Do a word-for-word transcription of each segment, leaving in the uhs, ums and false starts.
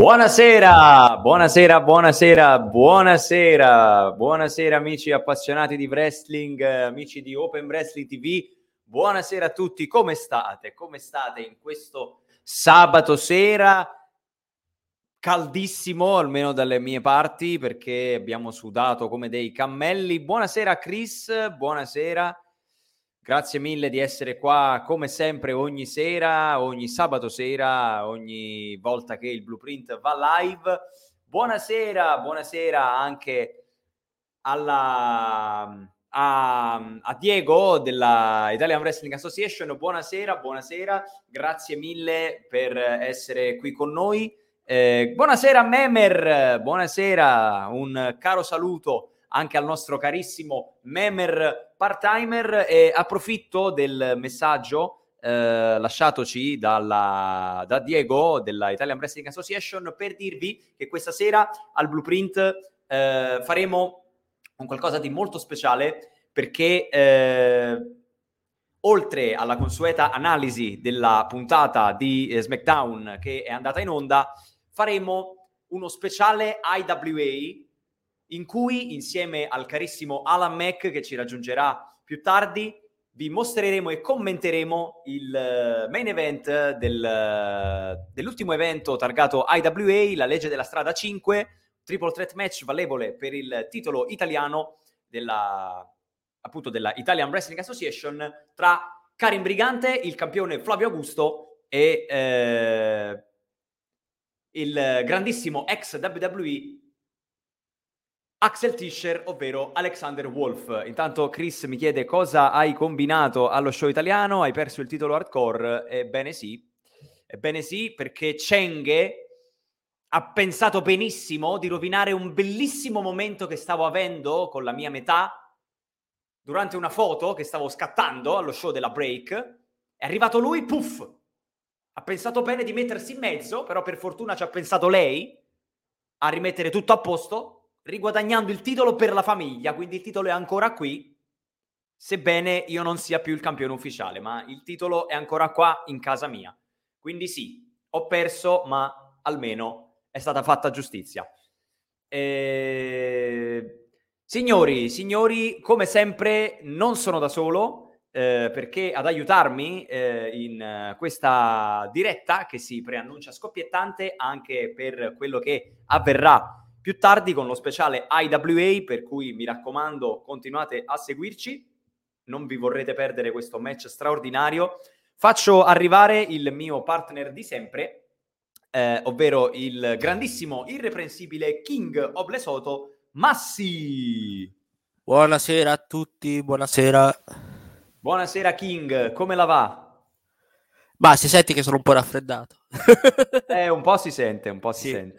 Buonasera, buonasera, buonasera, buonasera, buonasera amici appassionati di wrestling, amici di Open Wrestling ti vu, buonasera a tutti, come state? Come state in questo sabato sera? Caldissimo, almeno dalle mie parti, perché abbiamo sudato come dei cammelli. Buonasera Chris, buonasera. Grazie mille di essere qua come sempre ogni sera, ogni sabato sera, ogni volta che il Blueprint va live. Buonasera, buonasera anche alla, a, a Diego della Italian Wrestling Association. Buonasera, buonasera, grazie mille per essere qui con noi. Eh, buonasera Memer, buonasera, un caro saluto anche al nostro carissimo Memer part-timer, e approfitto del messaggio eh, lasciatoci dalla, da Diego della Italian Wrestling Association per dirvi che questa sera al Blueprint eh, faremo un qualcosa di molto speciale, perché eh, oltre alla consueta analisi della puntata di eh, SmackDown che è andata in onda, faremo uno speciale I W A in cui, insieme al carissimo Alan Mack, che ci raggiungerà più tardi, vi mostreremo e commenteremo il main event del, dell'ultimo evento targato I W A, la legge della strada cinque, triple threat match valevole per il titolo italiano della, appunto, della Italian Wrestling Association, tra Karim Brigante, il campione Flavio Augusto, e eh, il grandissimo ex W W E Axel Tischer, ovvero Alexander Wolf. Intanto Chris mi chiede cosa hai combinato allo show italiano, hai perso il titolo hardcore. Ebbene sì, ebbene sì, perché Chenghe ha pensato benissimo di rovinare un bellissimo momento che stavo avendo con la mia metà durante una foto che stavo scattando allo show della Break. È arrivato lui, puff, ha pensato bene di mettersi in mezzo, però per fortuna ci ha pensato lei a rimettere tutto a posto, riguadagnando il titolo per la famiglia. Quindi il titolo è ancora qui, sebbene io non sia più il campione ufficiale, ma il titolo è ancora qua in casa mia. Quindi sì, ho perso, ma almeno è stata fatta giustizia. E... Signori, signori, come sempre non sono da solo, eh, perché ad aiutarmi eh, in uh, questa diretta che si preannuncia scoppiettante anche per quello che avverrà più tardi con lo speciale I W A, per cui mi raccomando continuate a seguirci, non vi vorrete perdere questo match straordinario. Faccio arrivare il mio partner di sempre, eh, ovvero il grandissimo, irreprensibile King of Lesotho, Massi. Buonasera a tutti, buonasera. Buonasera King, come la va? Ma si sente che sono un po' raffreddato. Eh, un po' si sente, un po' si sì. sente.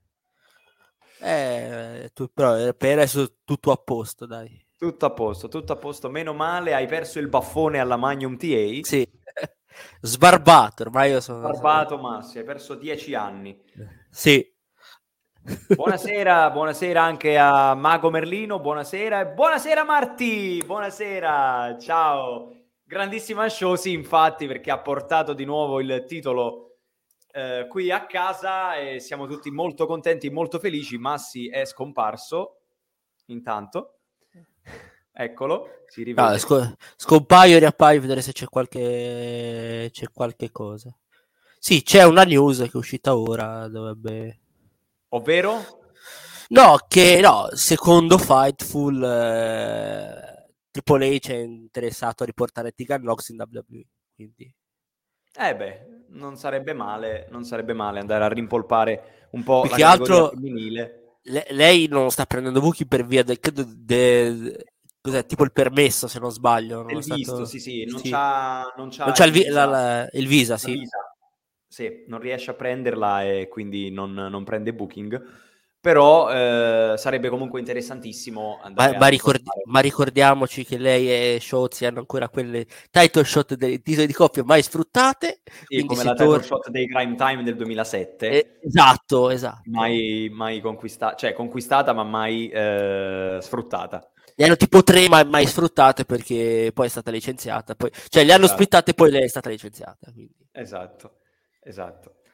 Eh, tu, però per adesso tutto a posto, dai. Tutto a posto, tutto a posto. Meno male, hai perso il baffone alla Magnum T A. Sì, sbarbato, ormai io sono... Sbarbato Massi, hai perso dieci anni. Sì. Buonasera, buonasera anche a Mago Merlino, buonasera e buonasera Marti, buonasera, ciao. Grandissima show, sì, infatti, perché ha portato di nuovo il titolo eh, qui a casa e siamo tutti molto contenti, molto felici. Massi è scomparso, intanto, eccolo, si rivede. No, sc- scompaio e riappaio a vedere se c'è qualche c'è qualche cosa. Sì, c'è una news che è uscita ora, dovrebbe... Ovvero? No, che no, secondo Fightful eh, Triple H è interessato a riportare Tegan Nox in W W E, quindi... Eh beh, non sarebbe male, non sarebbe male andare a rimpolpare un po' più la che categoria altro femminile. le- lei non sta prendendo buchi per via del, credo, de, cos'è, tipo il permesso, se non sbaglio. Non Il è stato... visto, sì, sì, non sì. c'ha, non c'ha Non c'ha il il, vi- visa. la- la- il visa, La sì. visa. Sì, non riesce a prenderla e quindi non, non prende booking. Però eh, sarebbe comunque interessantissimo andare Ma, a ma, ricordi- riportare. ma ricordiamoci che lei e Shotzi hanno ancora quelle title shot dei titoli di coppia mai sfruttate. Sì, Quindi come se la title torna... shot dei Crime Time del duemilasette. Eh, esatto, esatto. Mai, mai conquistata, cioè conquistata ma mai eh, sfruttata. Ne hanno tipo tre ma mai sfruttate perché poi è stata licenziata. Poi... Cioè le hanno Esatto. splittate e poi lei è stata licenziata. Quindi. Esatto, esatto.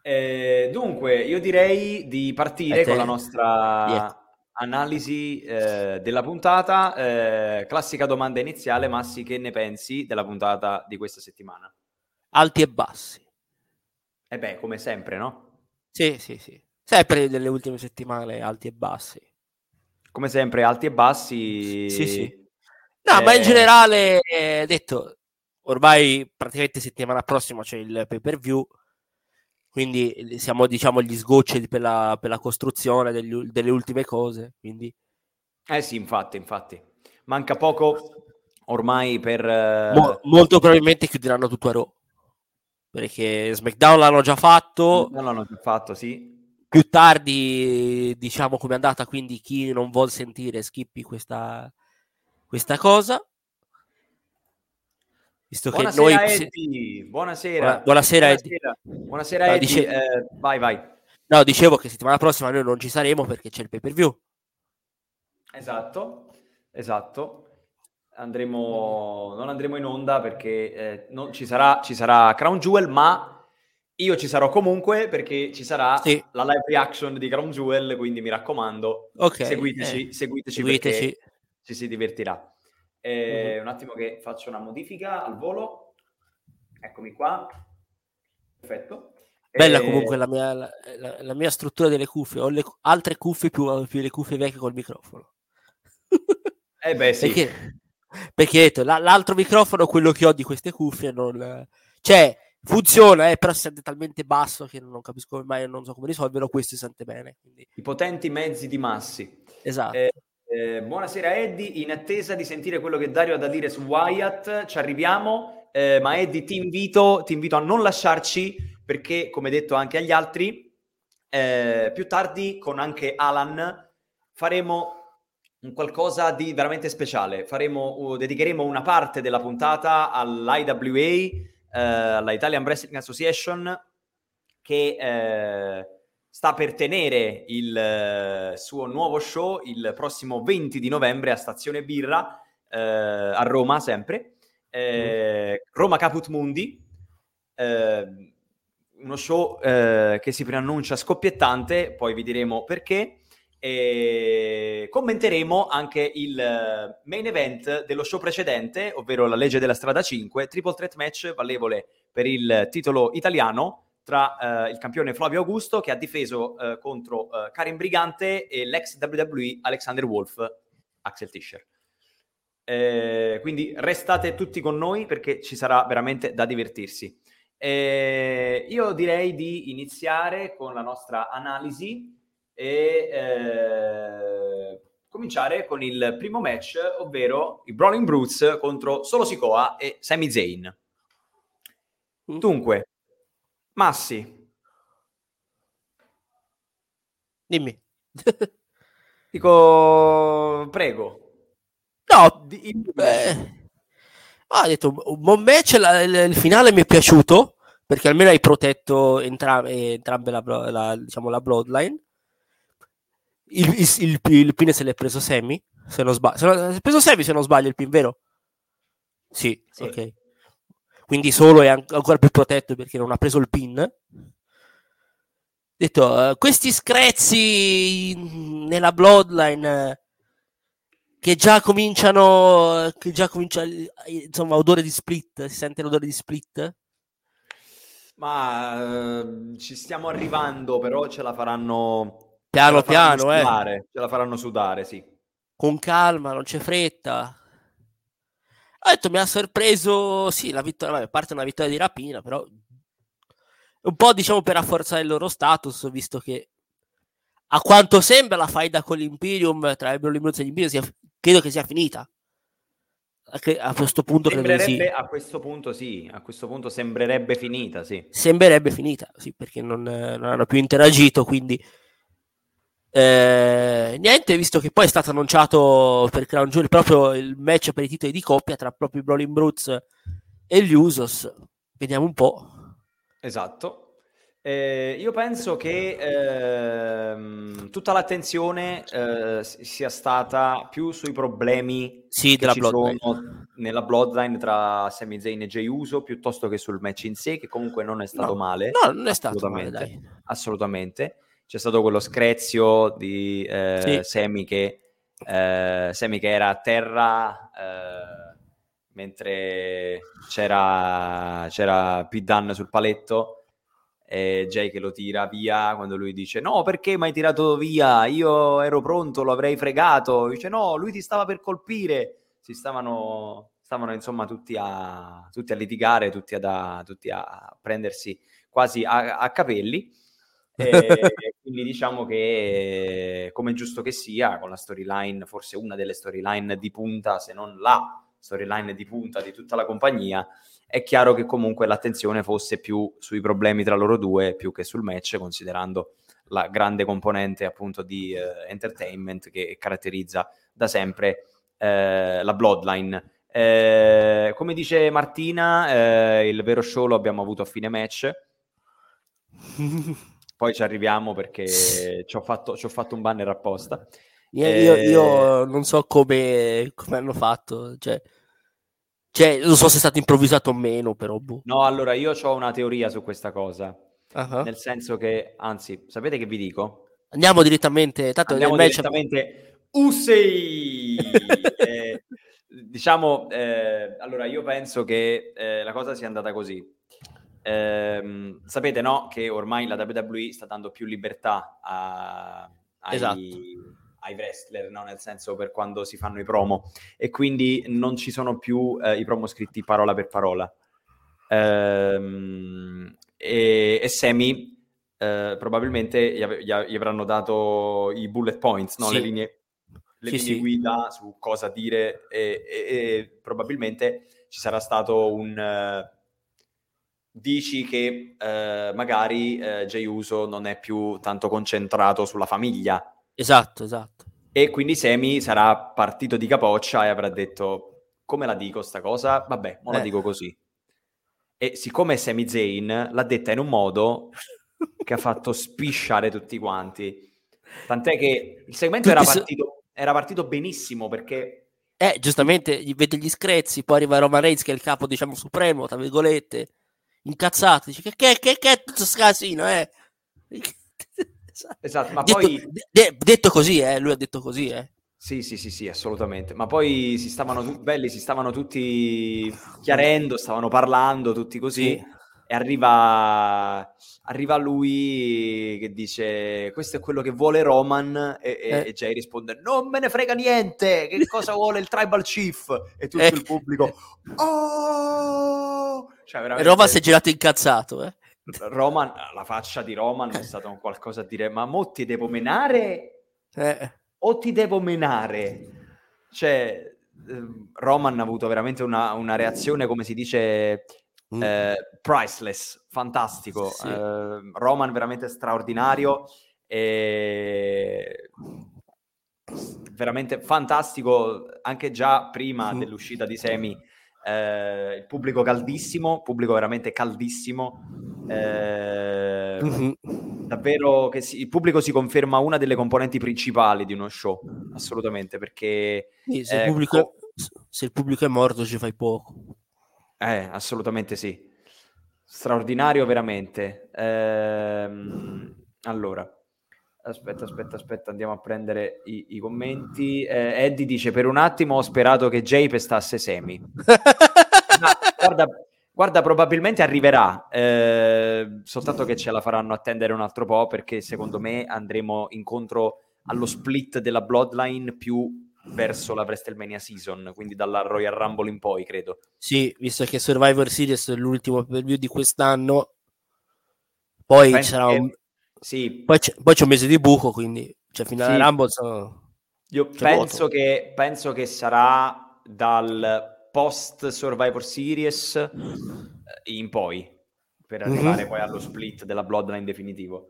Eh, dunque, io direi di partire con la nostra yeah. analisi eh, della puntata. Eh, classica domanda iniziale, Massi, che ne pensi della puntata di questa settimana? Alti e bassi. Eh beh, come sempre, no? Sì, sì, sì. Sempre delle ultime settimane, alti e bassi. Come sempre, alti e bassi. Sì, sì. No, Eh, ma in generale, eh, detto, ormai praticamente settimana prossima c'è il pay per view, quindi siamo, diciamo, agli sgocci per la, per la costruzione degli, delle ultime cose. Quindi. eh sì, infatti, infatti. Manca poco ormai per... Mo- eh, molto probabilmente chiuderanno tutto a Raw, perché SmackDown l'hanno già fatto. non l'hanno più fatto, sì. Più tardi diciamo com'è andata, quindi chi non vuol sentire skippi questa, questa cosa, visto che noi Buonasera se... Eddie, Buona, buonasera. buonasera Eddie. Buonasera, buonasera No, Eddie. dice... Eh, vai, vai. no, dicevo che settimana prossima noi non ci saremo perché c'è il pay per view. Esatto, esatto. Quindi... Andremo, non andremo in onda perché eh, non, ci, sarà, ci sarà Crown Jewel, ma io ci sarò comunque perché ci sarà sì, la live reaction di Crown Jewel, quindi mi raccomando, ok, seguiteci, eh, seguiteci seguiteci. perché ci si divertirà. Uh-huh. Eh, un attimo che faccio una modifica al volo. Eccomi qua. Perfetto. Bella Eh, comunque la mia, la, la, la mia struttura delle cuffie. Ho le altre cuffie più, più le cuffie vecchie col microfono. eh beh sì. Perché, perché detto, la, l'altro microfono, quello che ho di queste cuffie, non... Cioè, funziona, eh, però si sente talmente basso che non capisco come mai, non so come risolverlo, questo si sente bene. Quindi. I potenti mezzi di Massi. Esatto. Eh, eh, buonasera Eddie, in attesa di sentire quello che Dario ha da dire su Wyatt, ci arriviamo, eh, ma Eddie ti invito, ti invito a non lasciarci perché, come detto anche agli altri, eh, più tardi con anche Alan faremo un qualcosa di veramente speciale. Faremo, uh, dedicheremo una parte della puntata all'I W A, eh, alla Italian Wrestling Association, che eh, sta per tenere il eh, suo nuovo show il prossimo venti di novembre a Stazione Birra, eh, a Roma sempre, eh, Roma Caput Mundi, eh, uno show eh, che si preannuncia scoppiettante, poi vi diremo perché, e commenteremo anche il main event dello show precedente, ovvero la legge della strada cinque, triple threat match valevole per il titolo italiano tra eh, il campione Flavio Augusto, che ha difeso eh, contro eh, Karim Brigante, e l'ex W W E Alexander Wolf, Axel Tischer. Eh, quindi restate tutti con noi perché ci sarà veramente da divertirsi. Eh, io direi di iniziare con la nostra analisi e eh, cominciare con il primo match, ovvero i Brawling Brutes contro Solo Sikoa e Sami Zayn. Dunque, Massi, Dimmi. dico, prego. No, Di, beh, ha detto un buon match, la, il, il finale mi è piaciuto perché almeno hai protetto entra, entrambe la, la, diciamo, la bloodline. Il, il, il, il pin se l'è preso Sammy, se non sbaglio. Se non, preso Sammy se non sbaglio il pin, vero? Sì, sì. ok. Quindi Solo è ancora più protetto perché non ha preso il pin. Detto, uh, questi screzi nella bloodline uh, che già cominciano, che già comincia, insomma, odore di split, si sente l'odore di split? Ma eh, ci stiamo arrivando, però ce la faranno, ce Piano la faranno piano, eh. sudare, ce la faranno sudare, sì. Con calma, non c'è fretta. Ho detto, mi ha sorpreso, sì, la vittoria, vabbè, a parte una vittoria di rapina, però un po', diciamo, per rafforzare il loro status, visto che a quanto sembra la faida con l'Imperium, tra i Brawling Brutes e l'Imperium, sia, credo che sia finita. A questo punto credo di sì. A questo punto sì, a questo punto sembrerebbe finita, sì. Sembrerebbe finita, sì, perché non, non hanno più interagito, quindi eh, niente, visto che poi è stato annunciato per Crown Jewel proprio il match per i titoli di coppia tra proprio i Brawling Brutes e gli Usos. Vediamo un po'. Esatto. Eh, io penso che ehm, tutta l'attenzione eh, sia stata più sui problemi Sì, che della ci Bloodline. sono nella bloodline tra Sami Zayn e Jey Uso, piuttosto che sul match in sé, che comunque non è stato No, male, no, non è stato male, assolutamente, dai. assolutamente. C'è stato quello screzio di eh, Sì. Sami che, eh, Sami che era a terra eh, mentre c'era, c'era Pete Dunne sul paletto, e Jay che lo tira via quando lui dice no, perché mi hai tirato via? Io ero pronto, lo avrei fregato. Dice no, lui ti stava per colpire. Si stavano, stavano insomma tutti a, tutti a litigare, tutti a, tutti a prendersi quasi a, a capelli. E quindi diciamo che, come è giusto che sia, con la storyline, forse una delle storyline di punta, se non la storyline di punta di tutta la compagnia, è chiaro che comunque l'attenzione fosse più sui problemi tra loro due più che sul match, considerando la grande componente appunto di eh, entertainment che caratterizza da sempre eh, la Bloodline. Eh, come dice Martina, eh, il vero show lo abbiamo avuto a fine match. Poi ci arriviamo perché ci ho fatto, ci ho fatto un banner apposta. Io, io, Eh, io non so come, come hanno fatto, cioè, cioè, non so se è stato improvvisato o meno, però boh. no, allora io ho una teoria su questa cosa, Uh-huh. nel senso che, anzi, sapete che vi dico? Andiamo direttamente, tanto nel Andiamo match... direttamente Usei! eh, diciamo, eh, allora io penso che eh, la cosa sia andata così. Eh, sapete, no? Che ormai la W W E sta dando più libertà a, Esatto. ai, ai wrestler, no? Nel senso per quando si fanno i promo, e quindi non ci sono più eh, i promo scritti parola per parola. Ehm, e, e Sami eh, probabilmente gli, ave- gli a- gli avranno dato i bullet points, no? Le Sì. linee, le Sì, linee sì. guida su cosa dire, e, e- e probabilmente ci sarà stato un eh, dici che eh, magari eh, Jey Uso non è più tanto concentrato sulla famiglia, Esatto, esatto. e quindi Sami sarà partito di capoccia e avrà detto come la dico sta cosa? Vabbè, mo la Eh. dico così. E siccome Sami Zayn l'ha detta in un modo che ha fatto spisciare tutti quanti, tant'è che il segmento era Tutti so- partito, era partito benissimo, perché Eh, giustamente, gli vede gli screzi, poi arriva Roman Reigns che è il capo, diciamo, supremo, tra virgolette, incazzato, dice che che che che è tutto sto casino, eh? esatto, ma Detto, poi de- detto così, eh, lui ha detto così, eh. sì, sì, sì, sì, assolutamente. Ma poi si stavano tu- belli, si stavano tutti chiarendo, stavano parlando tutti così, Sì. e arriva, arriva lui che dice questo è quello che vuole Roman, e, e, Eh. e Jay risponde non me ne frega niente, che cosa vuole il Tribal Chief? E Eh. tutto il pubblico oh! Cioè Roman si è veramente girato incazzato, eh. Roman, la faccia di Roman è stata un qualcosa a dire, ma mo ti devo menare Eh. o ti devo menare? Cioè, ehm, Roman ha avuto veramente una, una reazione, come si dice, Mm. eh, priceless, fantastico. Sì. Eh, Roman veramente straordinario e veramente fantastico, anche già prima Mm. dell'uscita di Sami. Eh, il pubblico caldissimo, pubblico veramente caldissimo. Eh, Mm-hmm. davvero che si, il pubblico si conferma una delle componenti principali di uno show, assolutamente, perché Sì, se il eh, pubblico è, co- se il pubblico è morto ci fai poco. eh, assolutamente sì, straordinario veramente. Ehm, allora, aspetta, aspetta, aspetta, andiamo a prendere i, i commenti. Eh, Eddie dice: per un attimo ho sperato che Jay pestasse Semi. Ma guarda, guarda, probabilmente arriverà, eh, soltanto che ce la faranno attendere un altro po', perché secondo me andremo incontro allo split della Bloodline più verso la WrestleMania season, quindi dalla Royal Rumble in poi, credo. Sì, visto che Survivor Series è l'ultimo preview di quest'anno, poi Penso c'era un... che sì, poi, c'è, poi c'è un mese di buco, quindi cioè fino alla sì, Rumble sono... io c'è penso vuoto. che, penso che sarà dal post Survivor Series eh, in poi, per arrivare Mm-hmm. poi allo split della Bloodline definitivo.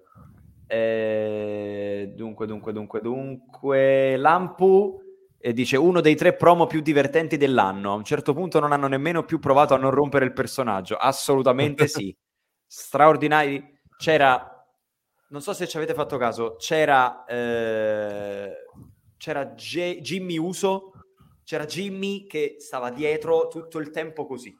Eh, dunque, dunque, dunque, dunque, Lampu eh, dice uno dei tre promo più divertenti dell'anno. A un certo punto non hanno nemmeno più provato a non rompere il personaggio. Assolutamente sì. Straordinari. c'era, non so se ci avete fatto caso, c'era eh, c'era G- Jimmy Uso, c'era Jimmy che stava dietro tutto il tempo così.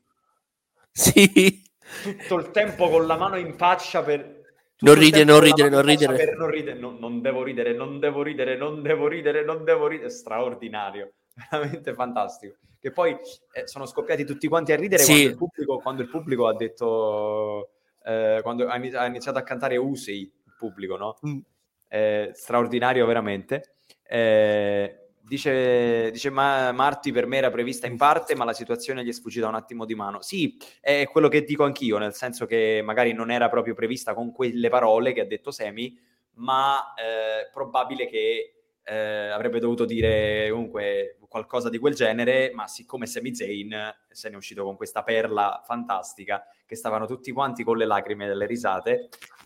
Sì. Tutto il tempo con la mano in faccia per... Non ridere, non ridere, non ridere. Per non ridere, non, non devo ridere, non devo ridere, non devo ridere, non devo ridere. Straordinario, veramente fantastico. Che poi eh, sono scoppiati tutti quanti a ridere sì. quando, il pubblico, quando il pubblico ha detto... Eh, quando ha iniziato a cantare Usei, il pubblico, no? Mm. Eh, straordinario veramente. Eh, dice, dice ma Marti, per me era prevista in parte, ma la situazione gli è sfuggita un attimo di mano. Sì, è quello che dico anch'io, nel senso che magari non era proprio prevista con quelle parole che ha detto Semi, ma eh, probabile che eh, avrebbe dovuto dire comunque qualcosa di quel genere, ma siccome Sami Zayn se ne è uscito con questa perla fantastica, che stavano tutti quanti con le lacrime delle risate,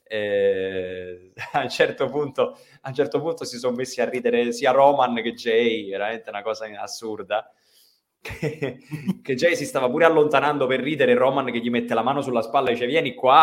eh, a un certo punto a un certo punto si sono messi a ridere sia Roman che Jay, veramente una cosa assurda, che, che Jay si stava pure allontanando per ridere, Roman che gli mette la mano sulla spalla e dice vieni qua.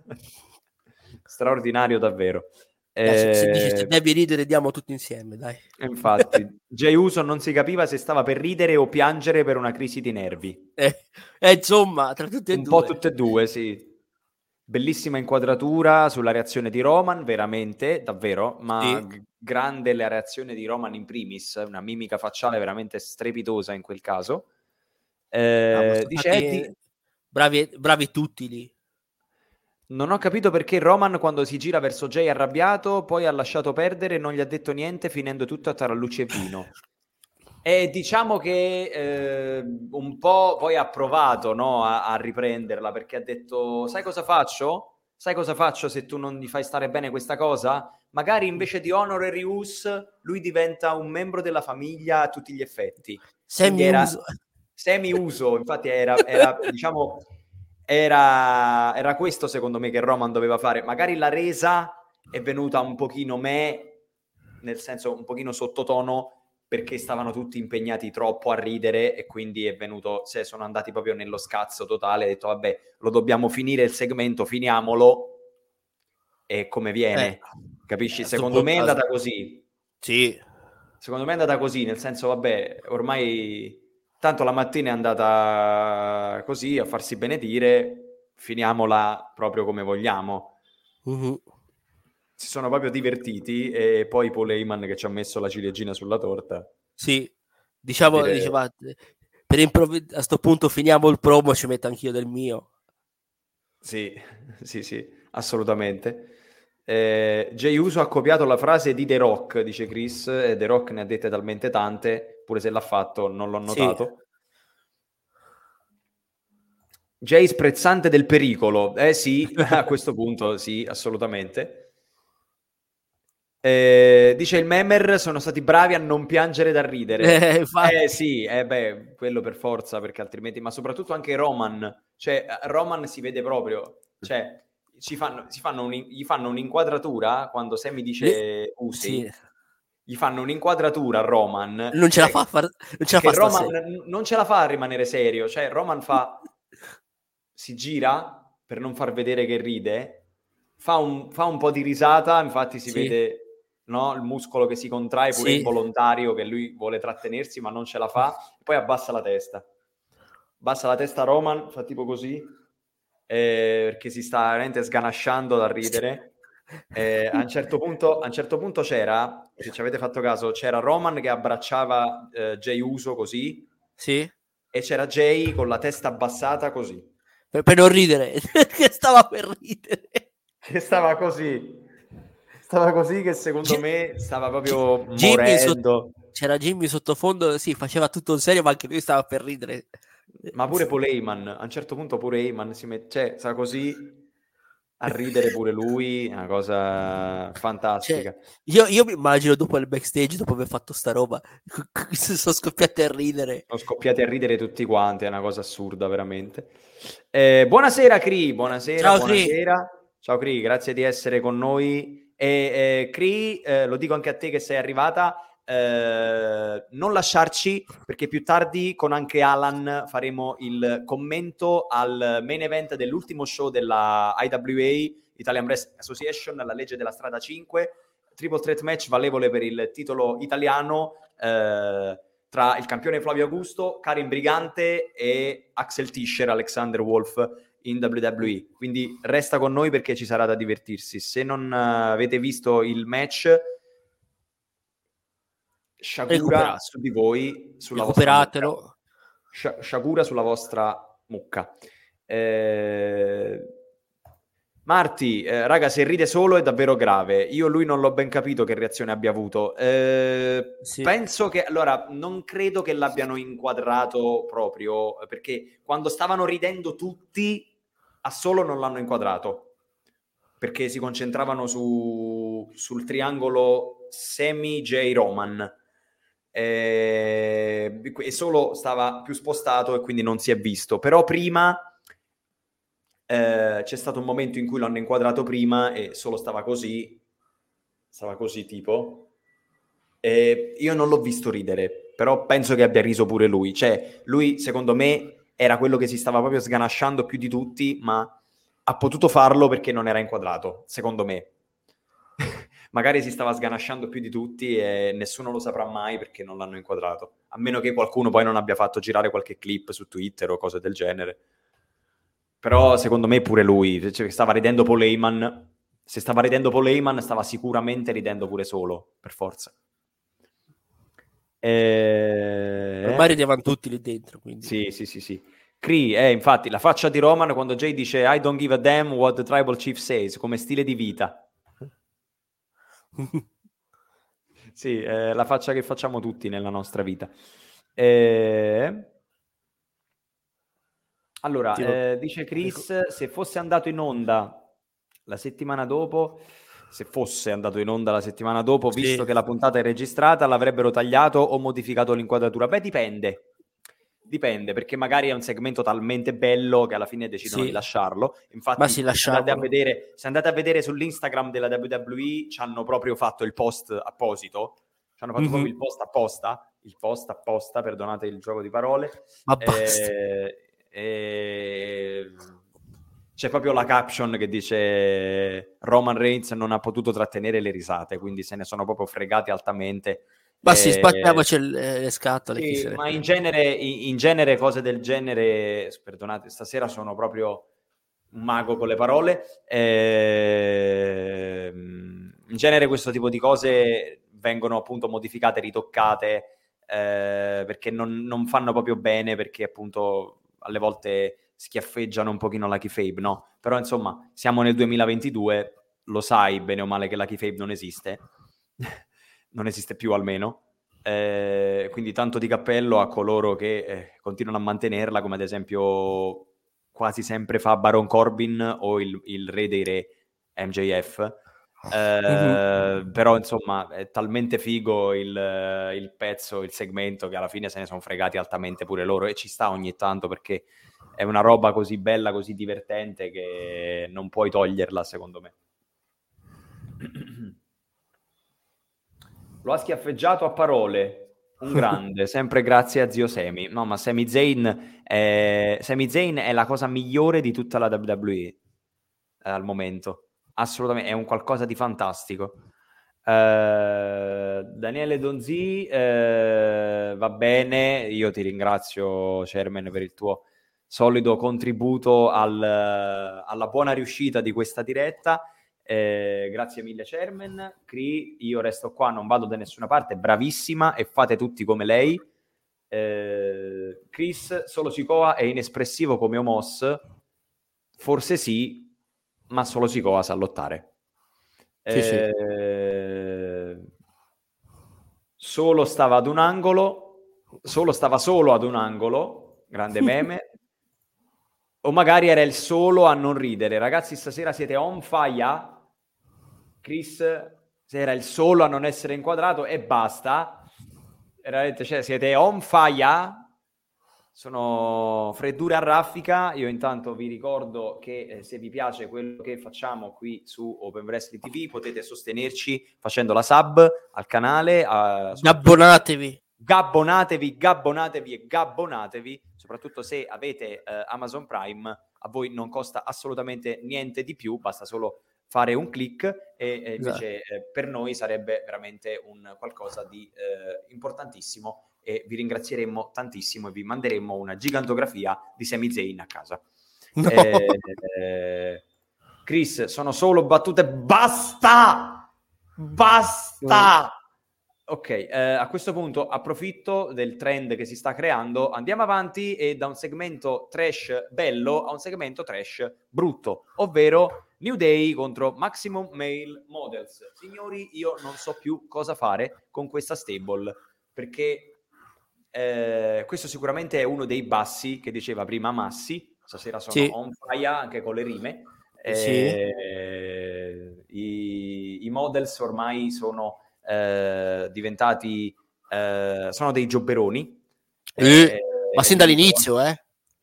Straordinario davvero. Dai, se, se, dice, se devi ridere diamo tutti insieme, dai. Infatti, Jey Uso non si capiva se stava per ridere o piangere per una crisi di nervi. Eh, eh, insomma, tra tutte e Un due. Un po' tutte e due, sì. Bellissima inquadratura sulla reazione di Roman, veramente, davvero, ma sì. g- grande la reazione di Roman in primis, una mimica facciale veramente strepitosa in quel caso. Eh, no, dice Eddie... bravi, bravi tutti lì. Non ho capito perché Roman quando si gira verso Jay arrabbiato, poi ha lasciato perdere e non gli ha detto niente, finendo tutto a tarallucci e vino. E diciamo che eh, un po' poi ha provato, no, a, a riprenderla, perché ha detto sai cosa faccio? Sai cosa faccio se tu non gli fai stare bene questa cosa? Magari invece di Honorary Us lui diventa un membro della famiglia a tutti gli effetti. Semi-uso. Semi-uso, infatti era, era diciamo, era, era questo secondo me che Roman doveva fare. Magari la resa è venuta un pochino me, nel senso un pochino sottotono, perché stavano tutti impegnati troppo a ridere e quindi è venuto, se sono andati proprio nello scazzo totale, ha detto vabbè, lo dobbiamo finire il segmento, finiamolo e come viene, eh, capisci? Secondo me è andata così. Sì. Secondo me è andata così, nel senso vabbè, ormai tanto la mattina è andata così a farsi benedire, finiamola proprio come vogliamo. Uh-huh. Si sono proprio divertiti e poi Paul Heyman che ci ha messo la ciliegina sulla torta. Sì, diciamo, dire... diceva, per improvvis- a sto punto finiamo il promo, ci metto anch'io del mio. Sì, sì, sì, assolutamente. Eh, Jey Uso ha copiato la frase di The Rock, dice Chris, e The Rock ne ha dette talmente tante, pure se l'ha fatto non l'ho notato. Sì. Jay sprezzante del pericolo, eh sì, a questo punto sì, assolutamente. Eh, dice il Memer, sono stati bravi a non piangere da ridere. Eh, eh sì, eh beh, quello per forza, perché altrimenti, ma soprattutto anche Roman, cioè Roman si vede proprio, cioè ci fanno, si fanno un, gli fanno un'inquadratura quando Sammy dice Usei, sì. Gli fanno un'inquadratura a Roman. Non ce cioè, la fa a far, non ce la fa Roman n- non ce la fa a rimanere serio, cioè Roman fa, si gira per non far vedere che ride, fa un, fa un po' di risata, infatti si sì. vede... No? Il muscolo che si contrae pure sì. involontario, che lui vuole trattenersi ma non ce la fa, poi abbassa la testa abbassa la testa Roman, fa tipo così eh, perché si sta veramente sganasciando da ridere. Eh, a un certo punto a un certo punto c'era, se ci avete fatto caso, c'era Roman che abbracciava eh, Jey Uso così sì. e c'era Jay con la testa abbassata così per, per non ridere che stava per ridere che stava così Stava così che secondo G- me stava proprio G- morendo. Sotto, c'era Jimmy sottofondo, sì, faceva tutto in serio, ma anche lui stava per ridere. Ma pure Paul Heyman, a un certo punto pure Heyman si mette, cioè, sta così a ridere pure lui, una cosa fantastica. Cioè, io, io mi immagino dopo il backstage, dopo aver fatto sta roba, sono scoppiati a ridere. Sono scoppiati a ridere tutti quanti, è una cosa assurda veramente. Eh, buonasera Cri, buonasera, Ciao, buonasera. Cri. Ciao Cri, grazie di essere con noi. E eh, Cri, eh, lo dico anche a te che sei arrivata, eh, non lasciarci perché più tardi con anche Alan faremo il commento al main event dell'ultimo show della I W A Italian Wrestling Association, la legge della strada cinque, triple threat match valevole per il titolo italiano eh, tra il campione Flavio Augusto, Karim Brigante e Axel Tischer, Alexander Wolf in W W E. Quindi resta con noi perché ci sarà da divertirsi. Se non uh, avete visto il match, sciagura su di voi, sulla vostra mucca. Sci- sciagura sulla vostra mucca. Eh... Marti, eh, raga, se ride solo è davvero grave. Io lui non l'ho ben capito che reazione abbia avuto. Eh, sì. Penso che, allora, non credo che l'abbiano inquadrato proprio, perché quando stavano ridendo tutti, a solo non l'hanno inquadrato, perché si concentravano su, sul triangolo Semi J Roman. Eh, e solo stava più spostato e quindi non si è visto. Però prima... Eh, c'è stato un momento in cui l'hanno inquadrato prima e solo stava così stava così tipo e io non l'ho visto ridere, però penso che abbia riso pure lui, cioè lui secondo me era quello che si stava proprio sganasciando più di tutti, ma ha potuto farlo perché non era inquadrato, secondo me. Magari si stava sganasciando più di tutti e nessuno lo saprà mai perché non l'hanno inquadrato, a meno che qualcuno poi non abbia fatto girare qualche clip su Twitter o cose del genere. Però secondo me pure lui, cioè, stava ridendo Paul Heyman. Se stava ridendo Paul Heyman, stava sicuramente ridendo pure solo, per forza. E... Ormai ridevano tutti lì dentro, quindi. Sì, sì, sì, sì. Cree, eh, infatti, la faccia di Roman quando Jay dice I don't give a damn what the tribal chief says, come stile di vita. Sì, eh, la faccia che facciamo tutti nella nostra vita. E... Allora, eh, dice Chris, se fosse andato in onda la settimana dopo, se fosse andato in onda la settimana dopo, sì. Visto che la puntata è registrata, l'avrebbero tagliato o modificato l'inquadratura? Beh, dipende. Dipende, perché magari è un segmento talmente bello che alla fine decidono sì. di lasciarlo. Infatti, Ma si se, andate a vedere, se andate a vedere sull'Instagram della W W E, ci hanno proprio fatto il post apposito. Ci hanno fatto mm-hmm. proprio il post apposta. Il post apposta, perdonate il gioco di parole. Ma basta. Eh, E... c'è proprio la caption che dice Roman Reigns non ha potuto trattenere le risate, quindi se ne sono proprio fregati altamente. Ma e... sì, spacchiamoci le scatole. Sì, ma in genere, in genere cose del genere, perdonate, stasera sono proprio un mago con le parole. E... in genere questo tipo di cose vengono appunto modificate, ritoccate, eh, perché non, non fanno proprio bene, perché appunto alle volte schiaffeggiano un pochino la kayfabe, no? Però insomma, siamo nel duemilaventidue, lo sai bene o male che la kayfabe non esiste, non esiste più almeno, eh, quindi tanto di cappello a coloro che eh, continuano a mantenerla, come ad esempio quasi sempre fa Baron Corbin o il, il re dei re M J F. Eh, mm-hmm. Però insomma è talmente figo il, il pezzo, il segmento, che alla fine se ne sono fregati altamente pure loro, e ci sta ogni tanto perché è una roba così bella, così divertente che non puoi toglierla, secondo me. Lo ha schiaffeggiato a parole, un grande, sempre grazie a zio Semi. No, ma Sami Zayn è... Sami Zayn è la cosa migliore di tutta la W W E eh, al momento. Assolutamente, è un qualcosa di fantastico. Uh, Daniele Donzi, uh, va bene, io ti ringrazio Chairman per il tuo solido contributo al, alla buona riuscita di questa diretta. Uh, grazie mille Chairman. Cree, io resto qua, non vado da nessuna parte, bravissima, e fate tutti come lei. Uh, Chris, solo Sikoa è inespressivo come Omos, forse sì, ma solo Sikoa sa lottare. Sì, eh, sì. Solo stava ad un angolo, solo stava solo ad un angolo, grande meme, o magari era il solo a non ridere. Ragazzi, stasera siete on fire. Chris, se era il solo a non essere inquadrato e basta. Veramente, cioè, siete on fire. Sono freddure a raffica. Io intanto vi ricordo che eh, se vi piace quello che facciamo qui su Open Wrestling T V potete sostenerci facendo la sub al canale. Uh, abbonatevi. gabbonatevi, gabbonatevi e gabbonatevi, soprattutto se avete eh, Amazon Prime, a voi non costa assolutamente niente di più, basta solo fare un click e, e invece esatto. eh, per noi sarebbe veramente un qualcosa di eh, importantissimo e vi ringrazieremmo tantissimo e vi manderemmo una gigantografia di Sami Zayn a casa. No. Eh, eh, Chris, sono solo battute, basta! Basta! No. Ok, eh, a questo punto approfitto del trend che si sta creando, andiamo avanti e da un segmento trash bello a un segmento trash brutto, ovvero New Day contro Maximum Male Models. Signori, io non so più cosa fare con questa stable, perché eh, questo sicuramente è uno dei bassi che diceva prima Massi, stasera sono sì. on fire anche con le rime. Eh, sì. i, I models ormai sono eh, diventati eh, sono dei giobberoni eh, eh, ma sin dall'inizio eh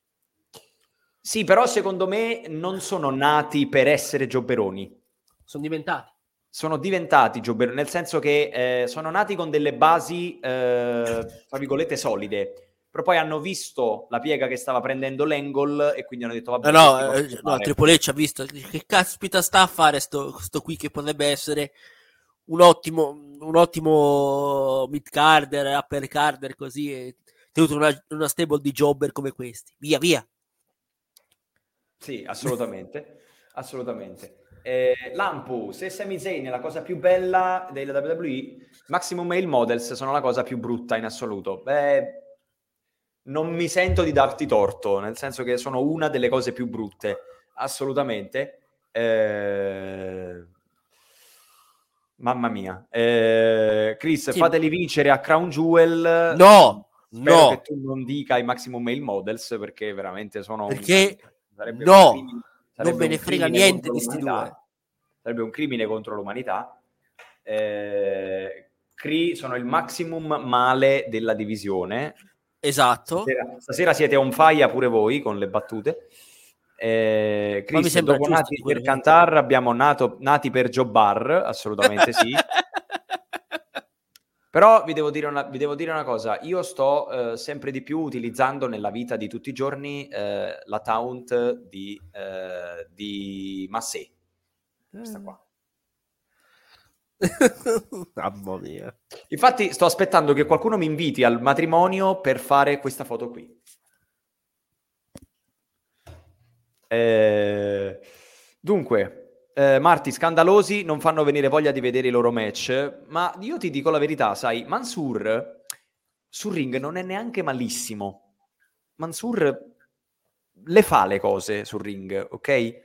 sì, però secondo me non sono nati per essere giobberoni, sono diventati sono diventati giobberoni, nel senso che eh, sono nati con delle basi eh, tra virgolette solide, però poi hanno visto la piega che stava prendendo l'Angle e quindi hanno detto vabbè, eh no, eh, no Triple H ha visto che caspita sta a fare sto, sto qui che potrebbe essere un ottimo, un ottimo mid-carder, upper-carder, così, e tenuto una, una stable di jobber come questi. Via, via. Sì, assolutamente, assolutamente. Eh, Lampu, se Sami Zayn è la cosa più bella della W W E, Maximum Male Models sono la cosa più brutta in assoluto. Beh, non mi sento di darti torto, nel senso che sono una delle cose più brutte, assolutamente. Eh... Mamma mia. Eh, Chris, sì. Fateli vincere a Crown Jewel. No, Spero no. che tu non dica i Maximum Male Models, perché veramente sono... Perché un... sarebbe no, un crimine, sarebbe non me ne frega niente di sti due. Sarebbe un crimine contro l'umanità. Eh, Cree sono il maximum male della divisione. Esatto. Stasera, stasera siete on fire pure voi con le battute. Eh, Chris, dopo Nati per Cantar abbiamo nato, Nati per Jobbar, assolutamente sì. Però vi devo dire una, vi devo dire una cosa, io sto eh, sempre di più utilizzando nella vita di tutti i giorni eh, la taunt di, eh, di Massé, questa qua. Mamma mia. Infatti sto aspettando che qualcuno mi inviti al matrimonio per fare questa foto qui. Eh, dunque, eh, Marti, scandalosi, non fanno venire voglia di vedere i loro match, ma io ti dico la verità, sai, Mansoor sul ring non è neanche malissimo. Mansoor le fa le cose sul ring, ok?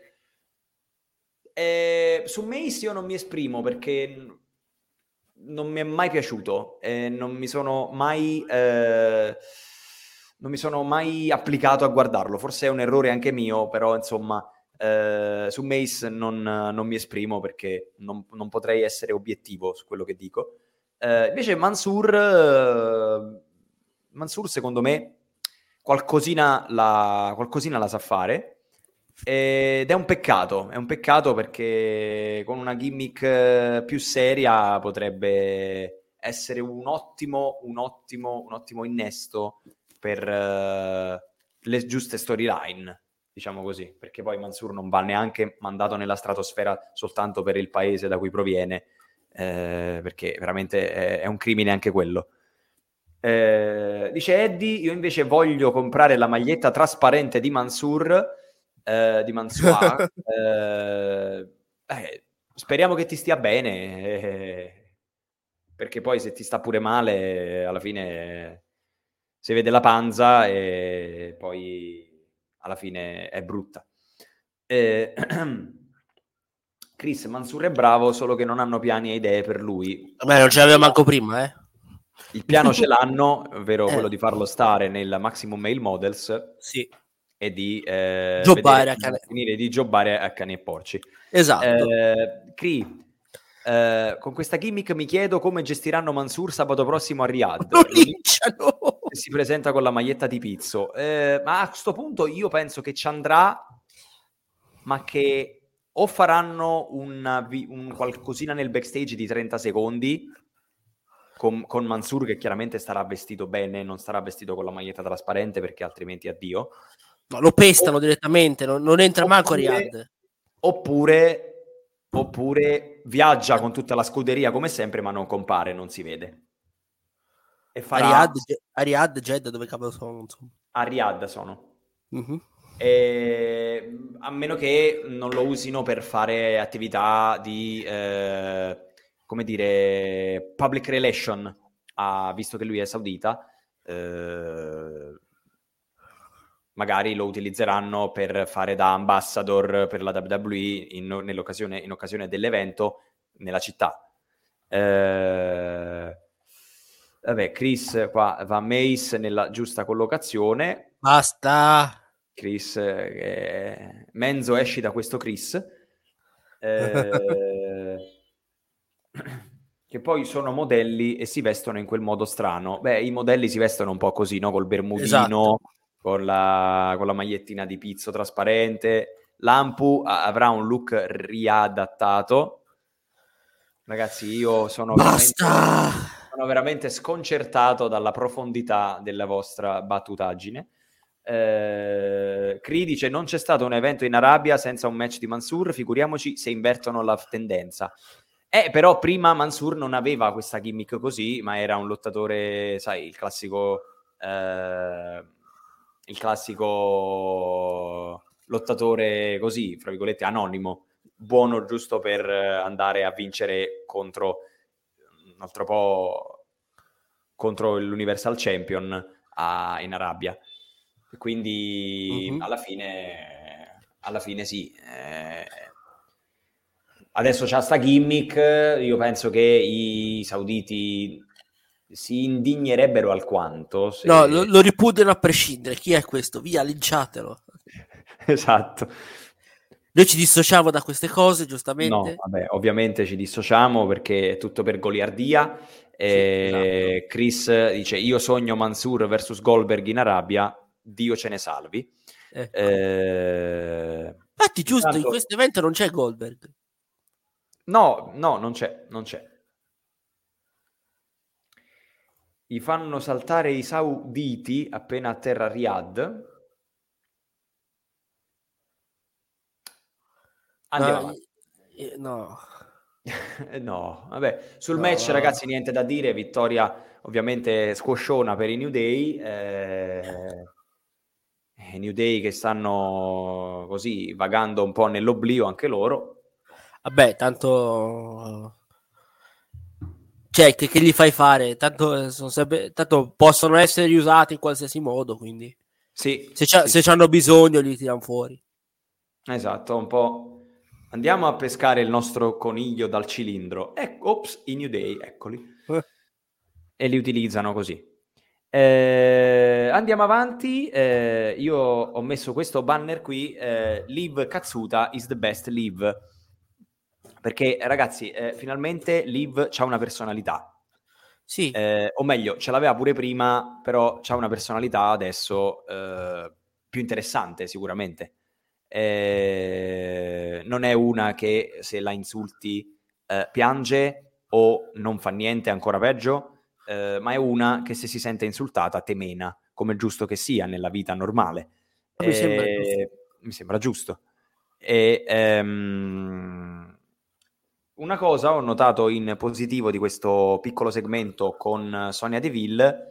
Eh, su Mace io non mi esprimo perché non mi è mai piaciuto, eh, non mi sono mai... Eh, non mi sono mai applicato a guardarlo, forse è un errore anche mio, però insomma eh, su Mace non, non mi esprimo perché non, non potrei essere obiettivo su quello che dico. Eh, invece Mansoor, eh, Mansoor secondo me qualcosina la, qualcosina la sa fare ed è un peccato, è un peccato perché con una gimmick più seria potrebbe essere un ottimo, un ottimo, un ottimo innesto per uh, le giuste storyline, diciamo così, perché poi Mansoor non va neanche mandato nella stratosfera soltanto per il paese da cui proviene, eh, perché veramente è, è un crimine anche quello. Eh, dice Eddie, io invece voglio comprare la maglietta trasparente di Mansoor, eh, di Mansoor, eh, eh, speriamo che ti stia bene, eh, perché poi se ti sta pure male, alla fine... si vede la panza e poi alla fine è brutta. Eh, Chris, Mansoor è bravo, solo che non hanno piani e idee per lui. Vabbè, non ce l'aveva manco prima, eh. Il piano ce l'hanno, ovvero eh. quello di farlo stare nel Maximum Male Models, sì, e di eh, jobbare a cane... finire di jobbare a cani e porci. Esatto. Eh, Chris, eh, con questa gimmick mi chiedo come gestiranno Mansoor sabato prossimo a Riyadh. Lo linciano! Si presenta con la maglietta di Pizzo, eh, ma a questo punto io penso che ci andrà, ma che o faranno una, un qualcosina nel backstage di trenta secondi con, con Mansoor che chiaramente starà vestito bene, non starà vestito con la maglietta trasparente perché altrimenti addio. No, lo pestano o, direttamente, non, non entra oppure, manco a Riyadh. Oppure, oppure viaggia con tutta la scuderia come sempre, ma non compare, non si vede. E farà... A Riyadh, a Riyadh, Jeddah, dove cavolo sono? Insomma. A Riyadh sono. Mm-hmm. E, a meno che non lo usino per fare attività di, eh, come dire, public relation, ah, visto che lui è saudita, eh, magari lo utilizzeranno per fare da ambassador per la W W E in, nell'occasione, in occasione dell'evento nella città. Eh, vabbè, Chris qua va Mace nella giusta collocazione. Basta! Chris, eh, Menzo, esci da questo Chris. Eh, che poi sono modelli e si vestono in quel modo strano. Beh, i modelli si vestono un po' così, no? Col bermudino, esatto. con, la, con la magliettina di pizzo trasparente. L'Ampu avrà un look riadattato. Ragazzi, io sono Basta! veramente, sono veramente sconcertato dalla profondità della vostra battutaggine. Eh, Cree dice: non c'è stato un evento in Arabia senza un match di Mansoor, figuriamoci se invertono la tendenza. Eh, però prima Mansoor non aveva questa gimmick così, ma era un lottatore, sai, il classico eh, il classico lottatore così, fra virgolette, anonimo, buono giusto per andare a vincere contro un altro po' contro l'Universal Champion a, in Arabia. Quindi mm-hmm. alla fine alla fine sì, eh, adesso c'ha sta gimmick. Io penso che i sauditi si indignerebbero alquanto se... no, lo, lo ripudiano a prescindere. Chi è questo? Via, linciatelo. Esatto. Noi ci dissociamo da queste cose, giustamente. No, vabbè, ovviamente ci dissociamo perché è tutto per goliardia. E sì, esatto. Chris dice: io sogno Mansoor versus Goldberg in Arabia, Dio ce ne salvi. Ecco. Eh... Infatti, giusto, intanto... in questo evento non c'è Goldberg. No, no, non c'è, non c'è. Gli fanno saltare i sauditi appena atterra Riyadh. Andiamo no, avanti. No. No, vabbè, sul no, match no. ragazzi niente da dire, vittoria ovviamente squosciona per i New Day, eh, New Day che stanno così vagando un po' nell'oblio anche loro. Vabbè, tanto... cioè, che, che gli fai fare? Tanto, sono sempre... tanto possono essere usati in qualsiasi modo, quindi... Sì. Se, c'ha, sì, se hanno bisogno li tirano fuori. Esatto, un po'... Andiamo a pescare il nostro coniglio dal cilindro. Ecco, ops, i New Day, eccoli. Eh. E li utilizzano così. Eh, andiamo avanti. Eh, io ho messo questo banner qui. Eh, Liv Katsuta is the best Liv. Perché, ragazzi, eh, finalmente Liv c'ha una personalità. Sì. Eh, o meglio, ce l'aveva pure prima, però c'ha una personalità adesso eh, più interessante, sicuramente. Eh, non è una che se la insulti eh, piange o non fa niente, ancora peggio, eh, ma è una che se si sente insultata te mena, come è giusto che sia nella vita normale. Mi, eh, sembra, giusto. mi sembra giusto. E ehm, una cosa ho notato in positivo di questo piccolo segmento con Sonia Deville,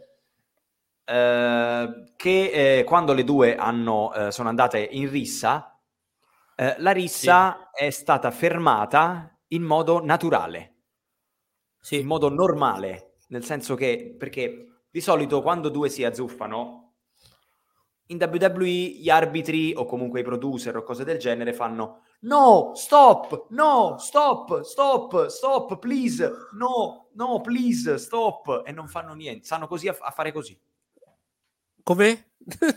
eh, che eh, quando le due hanno, eh, sono andate in rissa, eh, la rissa sì. è stata fermata in modo naturale, sì. in modo normale, nel senso che, perché di solito quando due si azzuffano, in W W E gli arbitri o comunque i producer o cose del genere fanno no, stop, no, stop, stop, stop, please, no, no, please, stop, e non fanno niente, sanno così a, a fare così. Come?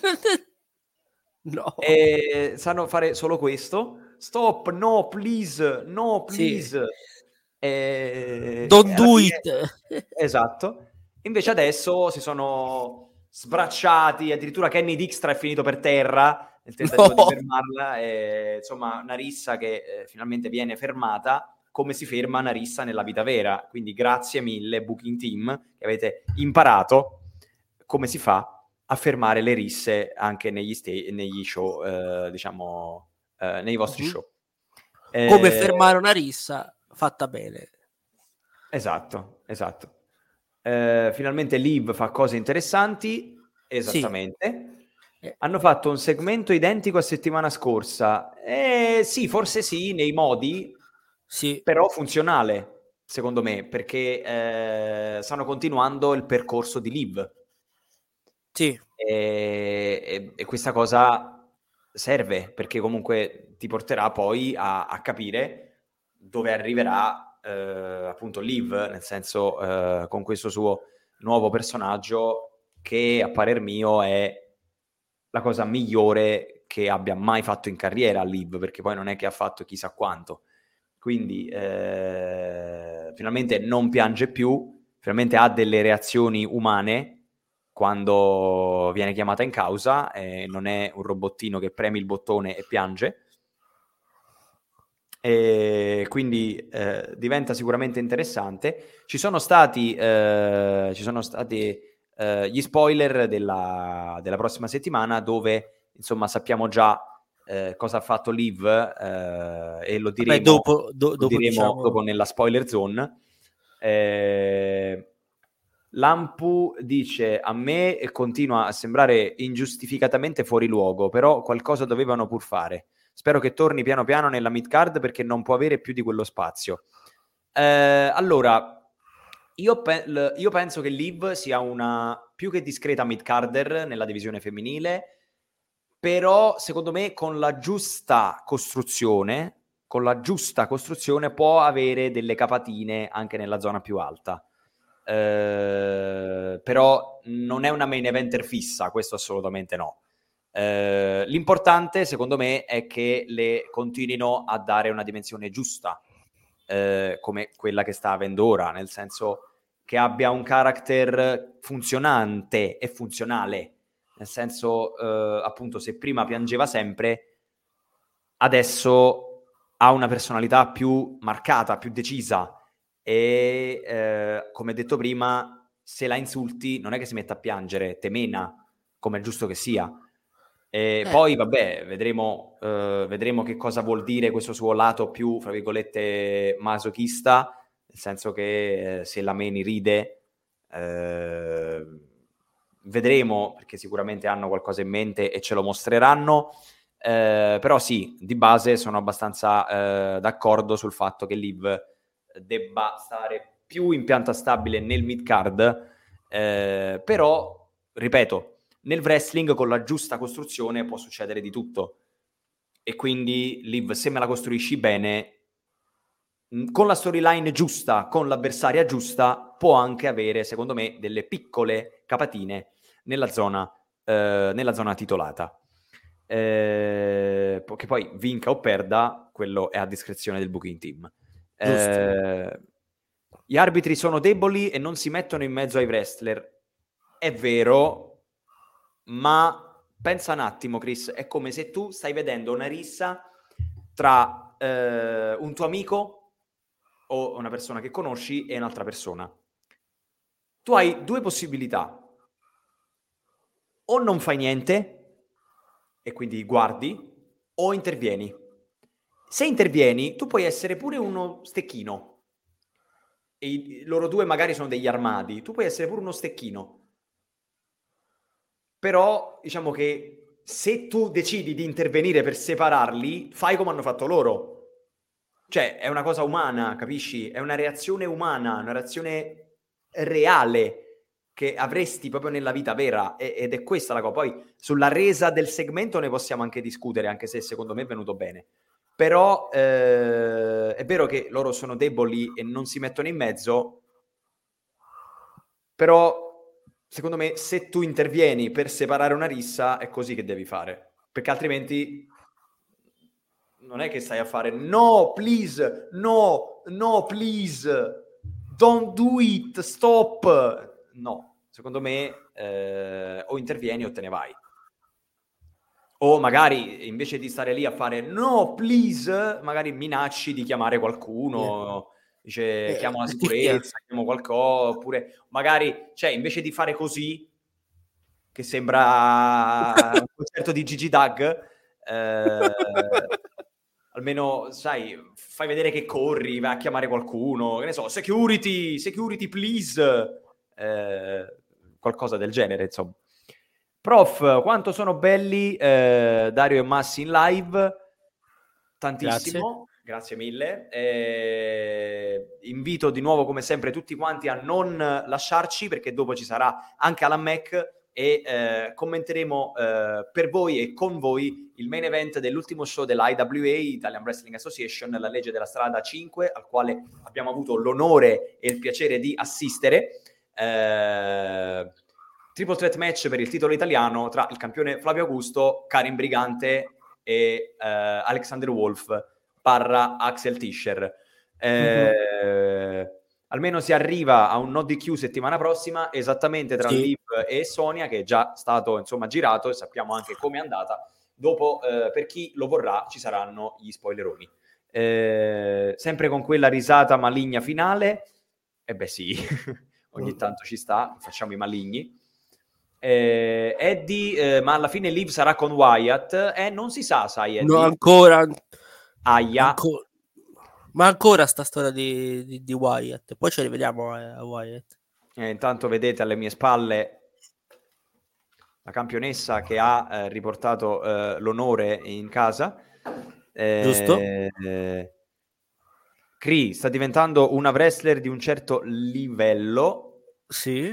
No. E sanno fare solo questo, stop, no, please, no, please. Sì. E... Don't do fine... it. Esatto. Invece adesso si sono sbracciati, addirittura Kenny Dijkstra è finito per terra nel tentativo no. di fermarla, e, insomma una rissa che eh, finalmente viene fermata come si ferma una rissa nella vita vera. Quindi grazie mille Booking Team, che avete imparato come si fa a fermare le risse anche negli, sta- negli show, eh, diciamo, eh, nei vostri Mhm. show. Come Eh, fermare una rissa fatta bene. Esatto, esatto. Eh, finalmente Liv fa cose interessanti, esattamente. Sì. Hanno fatto un segmento identico a settimana scorsa. Eh, sì, forse sì, nei modi, Sì. però funzionale, secondo me, perché eh, stanno continuando il percorso di Liv. Sì. E, e, e questa cosa serve, perché comunque ti porterà poi a, a capire dove arriverà eh, appunto Liv, nel senso eh, con questo suo nuovo personaggio che a parer mio è la cosa migliore che abbia mai fatto in carriera Liv, perché poi non è che ha fatto chissà quanto. Quindi eh, finalmente non piange più, finalmente ha delle reazioni umane quando viene chiamata in causa, e non è un robottino che preme il bottone e piange. E quindi eh, diventa sicuramente interessante. Ci sono stati, eh, ci sono stati eh, gli spoiler della, della prossima settimana, dove insomma sappiamo già eh, cosa ha fatto Liv, eh, e lo diremo, Vabbè, dopo, do, lo dopo diremo diciamo... dopo nella spoiler zone. Eh, Lampu dice: a me continua a sembrare ingiustificatamente fuori luogo, però qualcosa dovevano pur fare. Spero che torni piano piano nella mid-card, perché non può avere più di quello spazio. Eh, allora, io, pe- io penso che Liv sia una più che discreta mid-carder nella divisione femminile, però secondo me con la giusta costruzione, con la giusta costruzione può avere delle capatine anche nella zona più alta. Eh, però non è una main eventer fissa, questo assolutamente no. Eh, l'importante secondo me è che le continuino a dare una dimensione giusta, eh, come quella che sta avendo ora, nel senso che abbia un character funzionante e funzionale, nel senso eh, appunto, se prima piangeva sempre, adesso ha una personalità più marcata, più decisa, e eh, come detto prima, se la insulti non è che si mette a piangere, te mena, come è giusto che sia. E Eh, poi vabbè, vedremo, eh, vedremo che cosa vuol dire questo suo lato più, fra virgolette, masochista, nel senso che eh, se la meni ride, eh, vedremo, perché sicuramente hanno qualcosa in mente e ce lo mostreranno. Eh, però sì, di base sono abbastanza eh, d'accordo sul fatto che Liv debba stare più in pianta stabile nel mid-card, eh, però, ripeto, nel wrestling con la giusta costruzione può succedere di tutto, e quindi Liv, se me la costruisci bene, con la storyline giusta, con l'avversaria giusta, può anche avere, secondo me, delle piccole capatine nella zona, eh, nella zona titolata. Eh, che poi vinca o perda, quello è a discrezione del booking team. giusto. Eh, gli arbitri sono deboli e non si mettono in mezzo ai wrestler. È vero, ma pensa un attimo, Chris, è come se tu stai vedendo una rissa tra eh, un tuo amico o una persona che conosci e un'altra persona. Tu hai due possibilità: o non fai niente e quindi guardi, o intervieni. Se intervieni, tu puoi essere pure uno stecchino, e i, loro due magari sono degli armadi, tu puoi essere pure uno stecchino, però diciamo che se tu decidi di intervenire per separarli, fai come hanno fatto loro. Cioè, è una cosa umana, capisci? È una reazione umana, una reazione reale che avresti proprio nella vita vera, e, ed è questa la cosa. Poi sulla resa del segmento ne possiamo anche discutere, anche se secondo me è venuto bene. Però eh, è vero che loro sono deboli e non si mettono in mezzo, però secondo me se tu intervieni per separare una rissa è così che devi fare, perché altrimenti non è che stai a fare no, please, no, no, please, don't do it, stop. No, secondo me eh, o intervieni o te ne vai. O magari invece di stare lì a fare no, please, magari minacci di chiamare qualcuno, eh. dice eh, chiamo la chi chiama? sicurezza, chiamo qualcosa, oppure magari, cioè, invece di fare così, che sembra un concerto di Gigi Dag, eh, almeno, sai, fai vedere che corri, vai a chiamare qualcuno, che ne so, security, security please, eh, qualcosa del genere, insomma. Prof, quanto sono belli eh, Dario e Massi in live, tantissimo, grazie, grazie mille. Eh, invito di nuovo, come sempre, tutti quanti a non lasciarci, perché dopo ci sarà anche Alan Mac e eh, commenteremo eh, per voi e con voi il main event dell'ultimo show dell'I W A, Italian Wrestling Association, la legge della strada cinque, al quale abbiamo avuto l'onore e il piacere di assistere. Eh, triple threat match per il titolo italiano tra il campione Flavio Augusto, Karim Brigante e eh, Alexander Wolf barra Axel Tischer. Eh, mm-hmm. Almeno si arriva a un no D Q settimana prossima, esattamente tra sì. Liv e Sonia, che è già stato insomma girato e sappiamo anche come è andata. Dopo, eh, per chi lo vorrà, ci saranno gli spoileroni. Eh, sempre con quella risata maligna finale. E eh beh sì, ogni tanto ci sta, facciamo i maligni. Eh, Eddie, eh, ma alla fine Liv sarà con Wyatt? Eh, non si sa, sai Eddie? No, ancora. Aia. Ancora. Ma ancora sta storia di, di, di Wyatt. Poi ci rivediamo a, a Wyatt. Eh, intanto vedete alle mie spalle la campionessa che ha eh, riportato eh, l'onore in casa. Eh, Giusto? Eh, Cree sta diventando una wrestler di un certo livello. Sì.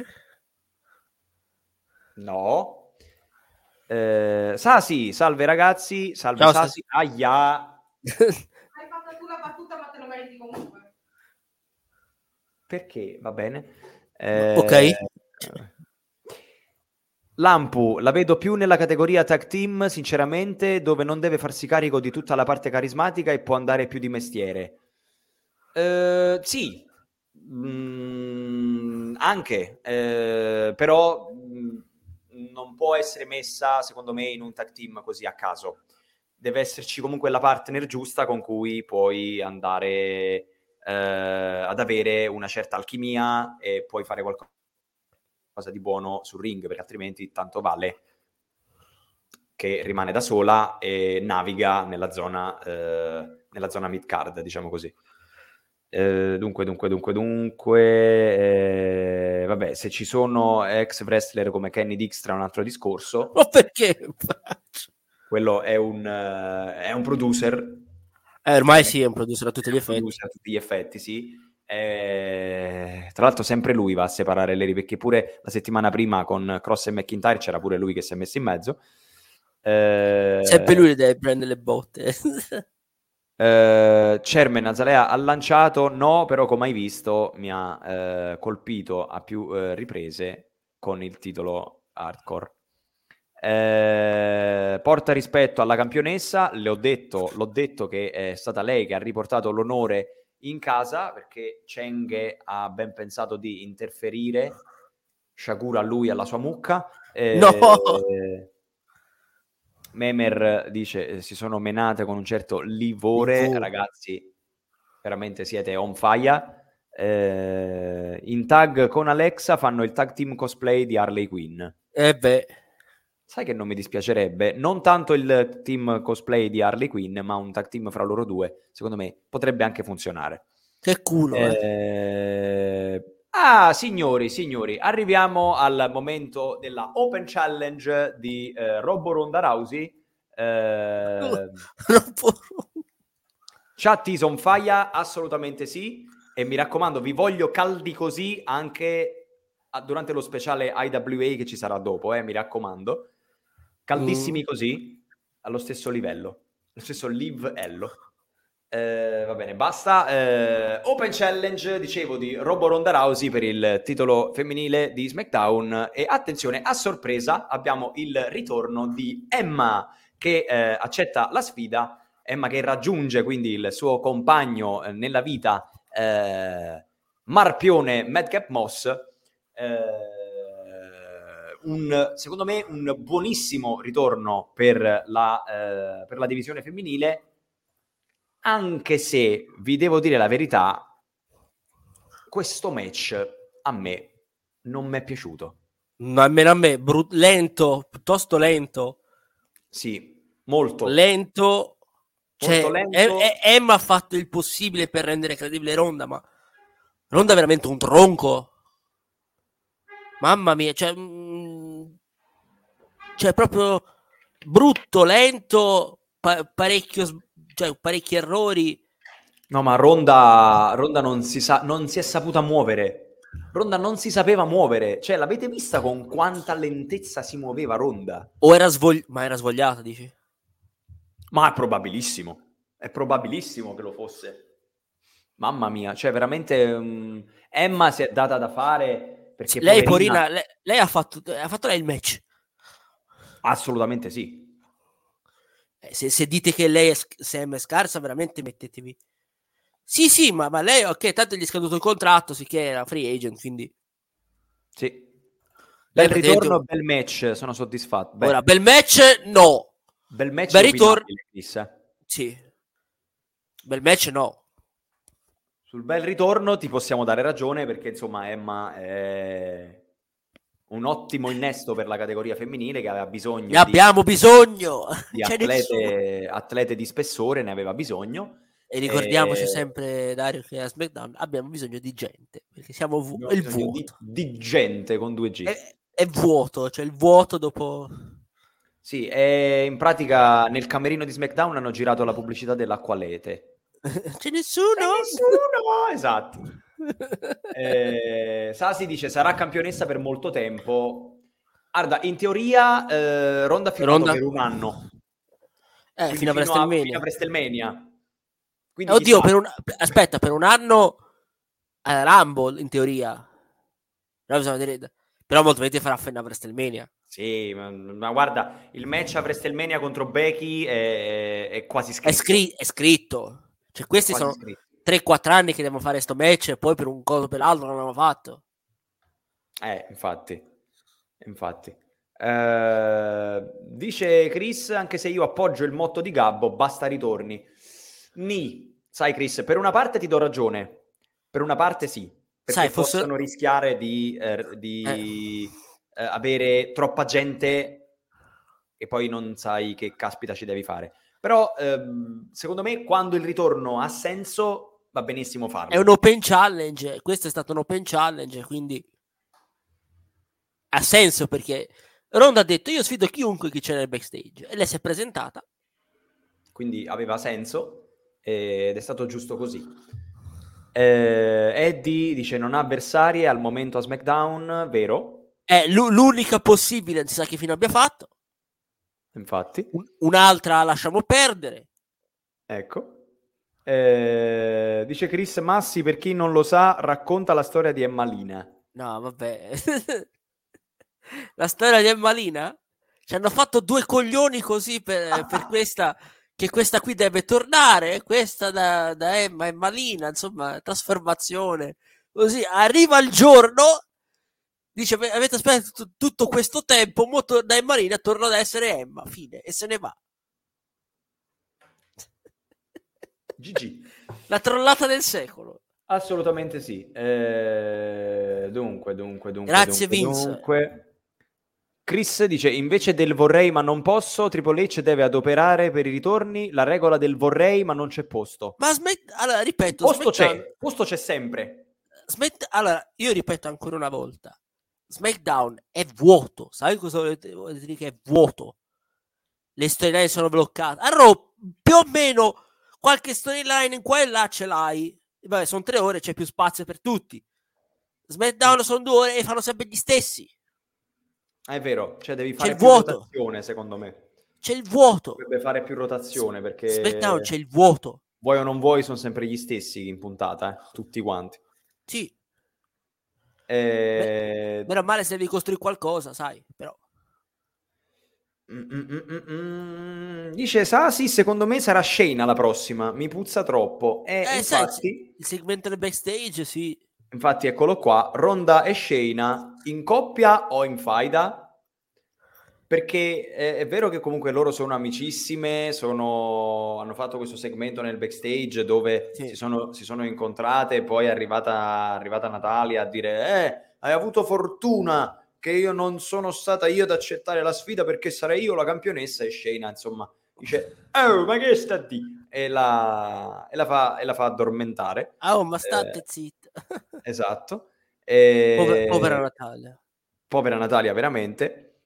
No. Eh, Sasi, salve ragazzi. Salve Ciao, Sasi. Aia. Hai fatto tu la battuta, ma te lo meriti comunque. Perché? Va bene. Eh, ok. Lampu, la vedo più nella categoria tag team, sinceramente, dove non deve farsi carico di tutta la parte carismatica e può andare più di mestiere. Eh, sì, mm, anche, eh, però mh, non può essere messa, secondo me, in un tag team così a caso. Deve esserci comunque la partner giusta con cui puoi andare eh, ad avere una certa alchimia e puoi fare qualcosa di buono sul ring, perché altrimenti tanto vale che rimane da sola e naviga nella zona eh, nella zona mid card, diciamo così. Eh, dunque, dunque, dunque, dunque eh, vabbè, se ci sono ex wrestler come Kenny Dijkstra è un altro discorso. Ma perché? Quello è un, uh, è un producer. Eh, ormai sì, è un producer a tutti gli effetti. A tutti gli effetti, sì. Eh, tra l'altro sempre lui va a separare Leri, perché pure la settimana prima con Cross e McIntyre c'era pure lui che si è messo in mezzo. Eh, sempre lui deve prendere le botte. eh, Chairman Azalea ha lanciato, no, però come hai visto mi ha eh, colpito a più eh, riprese con il titolo hardcore. Eh, porta rispetto alla campionessa, le ho detto, l'ho detto che è stata lei che ha riportato l'onore in casa, perché Cheng ha ben pensato di interferire, sciagura a lui e alla sua mucca. Eh, no! Memer dice si sono menate con un certo livore. Livore. Ragazzi, veramente siete on fire. Eh, in tag con Alexa fanno il tag team cosplay di Harley Quinn. Eh beh. Sai che non mi dispiacerebbe? Non tanto il team cosplay di Harley Quinn, ma un tag team fra loro due, secondo me, potrebbe anche funzionare. Che culo, eh. eh... Ah, signori, signori, arriviamo al momento della Open Challenge di eh, Robbo Ronda Rousey. Eh... Chat is on fire, assolutamente sì. E mi raccomando, vi voglio caldi così anche durante lo speciale I W A che ci sarà dopo, eh, mi raccomando. Caldissimi mm. così, allo stesso livello, lo stesso livello. Eh, va bene, basta. Eh, Open Challenge, dicevo, di Robbo Ronda Rousey per il titolo femminile di SmackDown. E attenzione, a sorpresa abbiamo il ritorno di Emma, che eh, accetta la sfida. Emma che raggiunge quindi il suo compagno eh, nella vita, eh, Marpione Madcap Moss. Eh, un, secondo me, un buonissimo ritorno per la, eh, per la divisione femminile, anche se, vi devo dire la verità, questo match a me non mi è piaciuto. No, almeno a me, brut- lento, piuttosto lento. Sì, molto. Lento. Cioè, Molto lento. E- E- Emma ha fatto il possibile per rendere credibile Ronda, ma Ronda è veramente un tronco. Mamma mia, cioè, mm, cioè proprio brutto, lento, pa- parecchio, s- cioè, parecchi errori. No, ma Ronda, Ronda non, si sa, non si è saputa muovere. Ronda non si sapeva muovere. Cioè, l'avete vista con quanta lentezza si muoveva Ronda? O era svogliata, ma era svogliata, dici? Ma è probabilissimo. È probabilissimo che lo fosse. Mamma mia, cioè veramente um, Emma si è data da fare perché Lei, poverina... porina, lei, lei ha fatto, ha fatto lei il match. Assolutamente sì. Eh, se, se dite che lei è, sc- Sam è scarsa, veramente mettetevi. Sì, sì, ma, ma lei, ok, tanto gli è scaduto il contratto, sì che era free agent, quindi... Sì. Lei Bel ritorno, praticamente- bel match, sono soddisfatto. Beh, Ora, bel match, no. bel match Bel è ritorno, opinabile, Chris, eh. sì. Bel match, no. Sul bel ritorno ti possiamo dare ragione perché insomma Emma è un ottimo innesto per la categoria femminile che aveva bisogno Ne di, abbiamo bisogno. di C'è nessuno. atlete, atlete di spessore, ne aveva bisogno. E ricordiamoci E... sempre, Dario, che a SmackDown abbiamo bisogno di gente, perché siamo vu- abbiamo il bisogno di, vuoto. di gente con due G. È, è vuoto, cioè il vuoto dopo... Sì, e in pratica nel camerino di SmackDown hanno girato la pubblicità dell'Acqualete. C'è nessuno? C'è nessuno! Esatto. Eh, Sasi dice sarà campionessa per molto tempo. Guarda, in teoria eh, Ronda ha firmato Ronda? per un anno. Eh, Quindi fino a fino a, WrestleMania. fino a WrestleMania. Quindi Eh, oddio, chissà. per un... aspetta, per un anno a Rumble, in teoria. Però bisogna vedere... Però molto volentieri farà fino a WrestleMania. Sì, ma, ma guarda, il match a WrestleMania contro Becky è, è quasi scritto. È, scri- è scritto. Cioè, questi Quasi sono scritto. tre quattro anni che devono fare sto match e poi per un coso o per l'altro non l'hanno fatto. Eh, infatti. Infatti. Eh, dice Chris, anche se io appoggio il motto di Gabbo, basta ritorni. Ni, sai Chris, per una parte ti do ragione, per una parte sì, perché Sai, fosse... possono rischiare di, eh, di eh. Eh, avere troppa gente e poi non sai che caspita ci devi fare. Però ehm, secondo me quando il ritorno ha senso va benissimo farlo. È un open challenge, questo è stato un open challenge, quindi ha senso perché Ronda ha detto io sfido chiunque che c'è nel backstage e lei si è presentata. Quindi aveva senso ed è stato giusto così. Eh, Eddie dice non ha avversarie al momento a SmackDown, vero? È l- l'unica possibile, non si sa che fine abbia fatto. Infatti. Un- un'altra lasciamo perdere. Ecco. Eh, dice Chris Massi, per chi non lo sa, racconta la storia di Emmalina. No, vabbè. La storia di Emmalina? Ci hanno fatto due coglioni così per, per questa, che questa qui deve tornare, questa da, da Emma, Emmalina, insomma, trasformazione. Così arriva il giorno, dice avete aspettato tutto questo tempo, mo to- da Emmalina torno ad essere Emma, fine, e se ne va. G G. La trollata del secolo. Assolutamente sì. Eh, dunque, dunque, dunque. Grazie, dunque, Vince. Dunque. Chris dice, invece del vorrei ma non posso, Triple H deve adoperare per i ritorni la regola del vorrei ma non c'è posto. Ma smet- allora, ripeto, Posto SmackDown... c'è, posto c'è sempre. Smack... Allora, io ripeto ancora una volta. SmackDown è vuoto. Sai cosa volete dire che è vuoto? Le storyline sono bloccate. A Raw, più o meno, qualche storyline in qua e là ce l'hai. Vabbè, sono tre ore, c'è più spazio per tutti. SmackDown sono due ore e fanno sempre gli stessi. È vero, cioè devi fare c'è il più vuoto. rotazione, secondo me. C'è il vuoto. Dovrebbe fare più rotazione perché SmackDown c'è il vuoto. Vuoi o non vuoi, sono sempre gli stessi in puntata, eh? Tutti quanti. Sì. E... Meno male se devi costruire qualcosa, sai, però. Mm, mm, mm, mm. Dice Sasi, secondo me sarà Shayna la prossima, mi puzza troppo. E Eh, infatti, sai, il segmento del backstage, sì. Infatti eccolo qua, Ronda e Shayna in coppia o in faida? Perché è, è vero che comunque loro sono amicissime, sono, hanno fatto questo segmento nel backstage dove Sì. si, sono, si sono incontrate, poi è arrivata, arrivata Natalia a dire eh, hai avuto fortuna che io non sono stata io ad accettare la sfida perché sarei io la campionessa, e Shayna insomma dice oh ma che sta di e la, e la, fa, e la fa addormentare. Oh, ma state Eh, zitta. esatto. E... Povera, povera Natalia. Povera Natalia, veramente.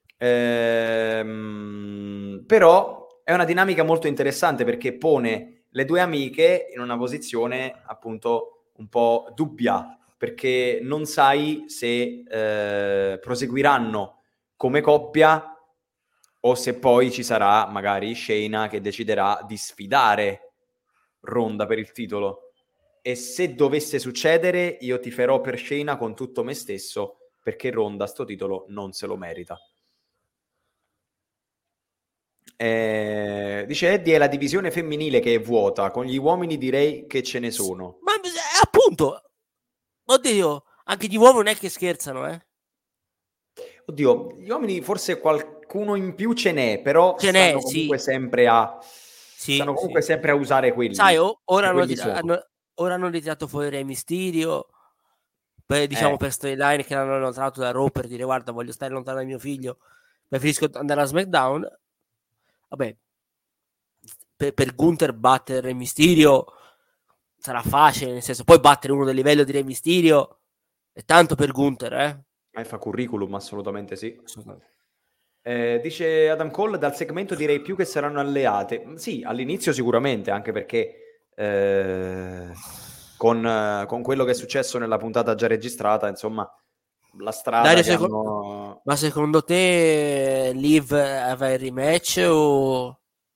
Ehm, però è una dinamica molto interessante perché pone le due amiche in una posizione appunto un po' dubbia, perché non sai se eh, proseguiranno come coppia o se poi ci sarà magari Shayna che deciderà di sfidare Ronda per il titolo. E se dovesse succedere, io tiferò per Shayna con tutto me stesso, perché Ronda sto titolo non se lo merita. Eh, dice Eddie, è la divisione femminile che è vuota, con gli uomini direi che ce ne sono. Ma eh, appunto, oddio, anche gli uomini non è che scherzano, eh. Oddio, gli uomini forse qualcuno in più ce n'è, però Ce stanno n'è, comunque sì. sempre a Sì, stanno comunque sì. sempre a usare quelli. Sai, o- ora, E hanno, quelli tira- sono. hanno- ora hanno ritirato fuori Re Mysterio, per, diciamo Eh. per storyline che l'hanno allontanato da Raw per dire guarda voglio stare lontano da mio figlio, preferisco andare a SmackDown. Vabbè, per, per Gunther battere Re Mysterio sarà facile, nel senso poi battere uno del livello di Re Mysterio è tanto per Gunther, eh? Eh, fa curriculum, assolutamente sì. Assolutamente. Eh, dice Adam Cole, dal segmento direi più che saranno alleate. Sì, all'inizio sicuramente, anche perché eh, con, eh, con quello che è successo nella puntata già registrata, insomma, la strada Dario, che seco- hanno... ma secondo te Liv avrà il rematch o...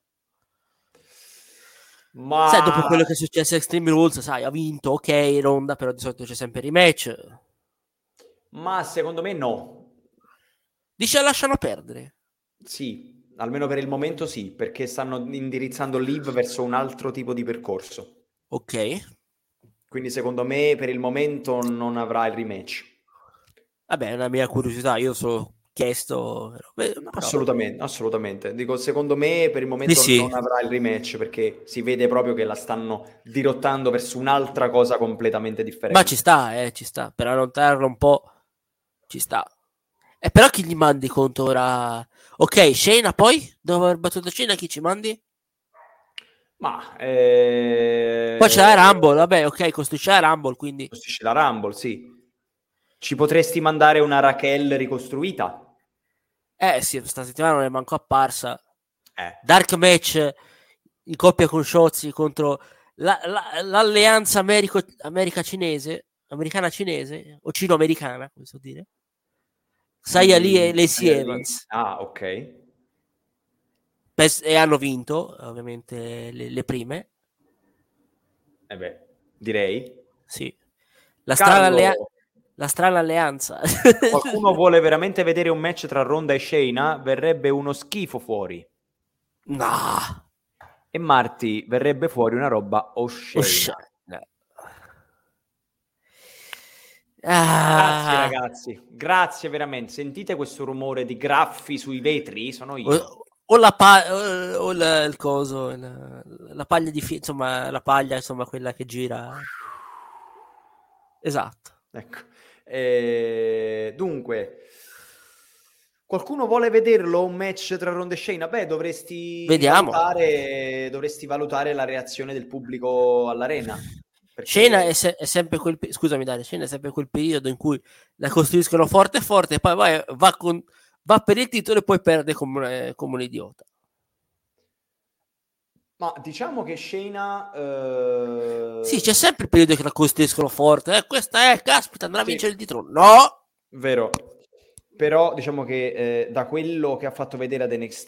Ma... Sai, dopo quello che è successo a Extreme Rules, sai, ha vinto, ok, Ronda, però di solito c'è sempre il rematch. Ma secondo me no. Dice lasciano perdere. Sì, almeno per il momento sì, perché stanno indirizzando Liv verso un altro tipo di percorso. Ok. Quindi secondo me per il momento non avrà il rematch. Vabbè, è una mia curiosità, io solo chiesto... Beh, No, però... assolutamente, assolutamente. Dico, secondo me per il Sì, momento sì. non avrà il rematch perché si vede proprio che la stanno dirottando verso un'altra cosa completamente differente. Ma ci sta, eh, ci sta. Per allontanarlo un po', ci sta. E però chi gli mandi contro ora? Ok, Shayna poi? Dopo aver battuto Shayna chi ci mandi? Ma eh... Poi c'è la Rumble, vabbè, ok, costruisce la Rumble, quindi... costruisce la Rumble, sì. Ci potresti mandare una Raquel ricostruita? Eh sì, questa settimana non è manco apparsa. Eh. Dark match in coppia con Shotzi contro la, la, l'alleanza Americo, America cinese, americana cinese, o cino-americana, come so dire. Saya Lee e Lacey Evans. Ah, ok. E hanno vinto, ovviamente, le, le prime. Eh beh, direi. Sì. La strana, Carlo, allea- la strana alleanza. qualcuno vuole veramente vedere un match tra Ronda e Shayna? Verrebbe uno schifo fuori. No. E Marti, verrebbe fuori una roba oscena. No. Grazie Ah. ragazzi, grazie veramente. Sentite questo rumore di graffi sui vetri? Sono io. O, o la paglia, o, o la, il coso, la, la paglia di fi- insomma, la paglia, insomma, quella che gira. Esatto. Ecco. E... Dunque, qualcuno vuole vederlo un match tra Ronda e Shayna? Beh, dovresti Vediamo. valutare, dovresti valutare la reazione del pubblico all'arena. Perché... Scena è, se- è sempre quel pe- scusami Dario, Scena è sempre quel periodo in cui la costruiscono forte forte e poi vai, va, con, va per il titolo e poi perde come, un- come un idiota. Ma diciamo che Shayna... Eh... Sì, c'è sempre il periodo che la costruiscono forte. Eh, questa è, caspita, andrà a Sì. vincere il titolo. No! Vero. Però diciamo che eh, da quello che ha fatto vedere ad N X T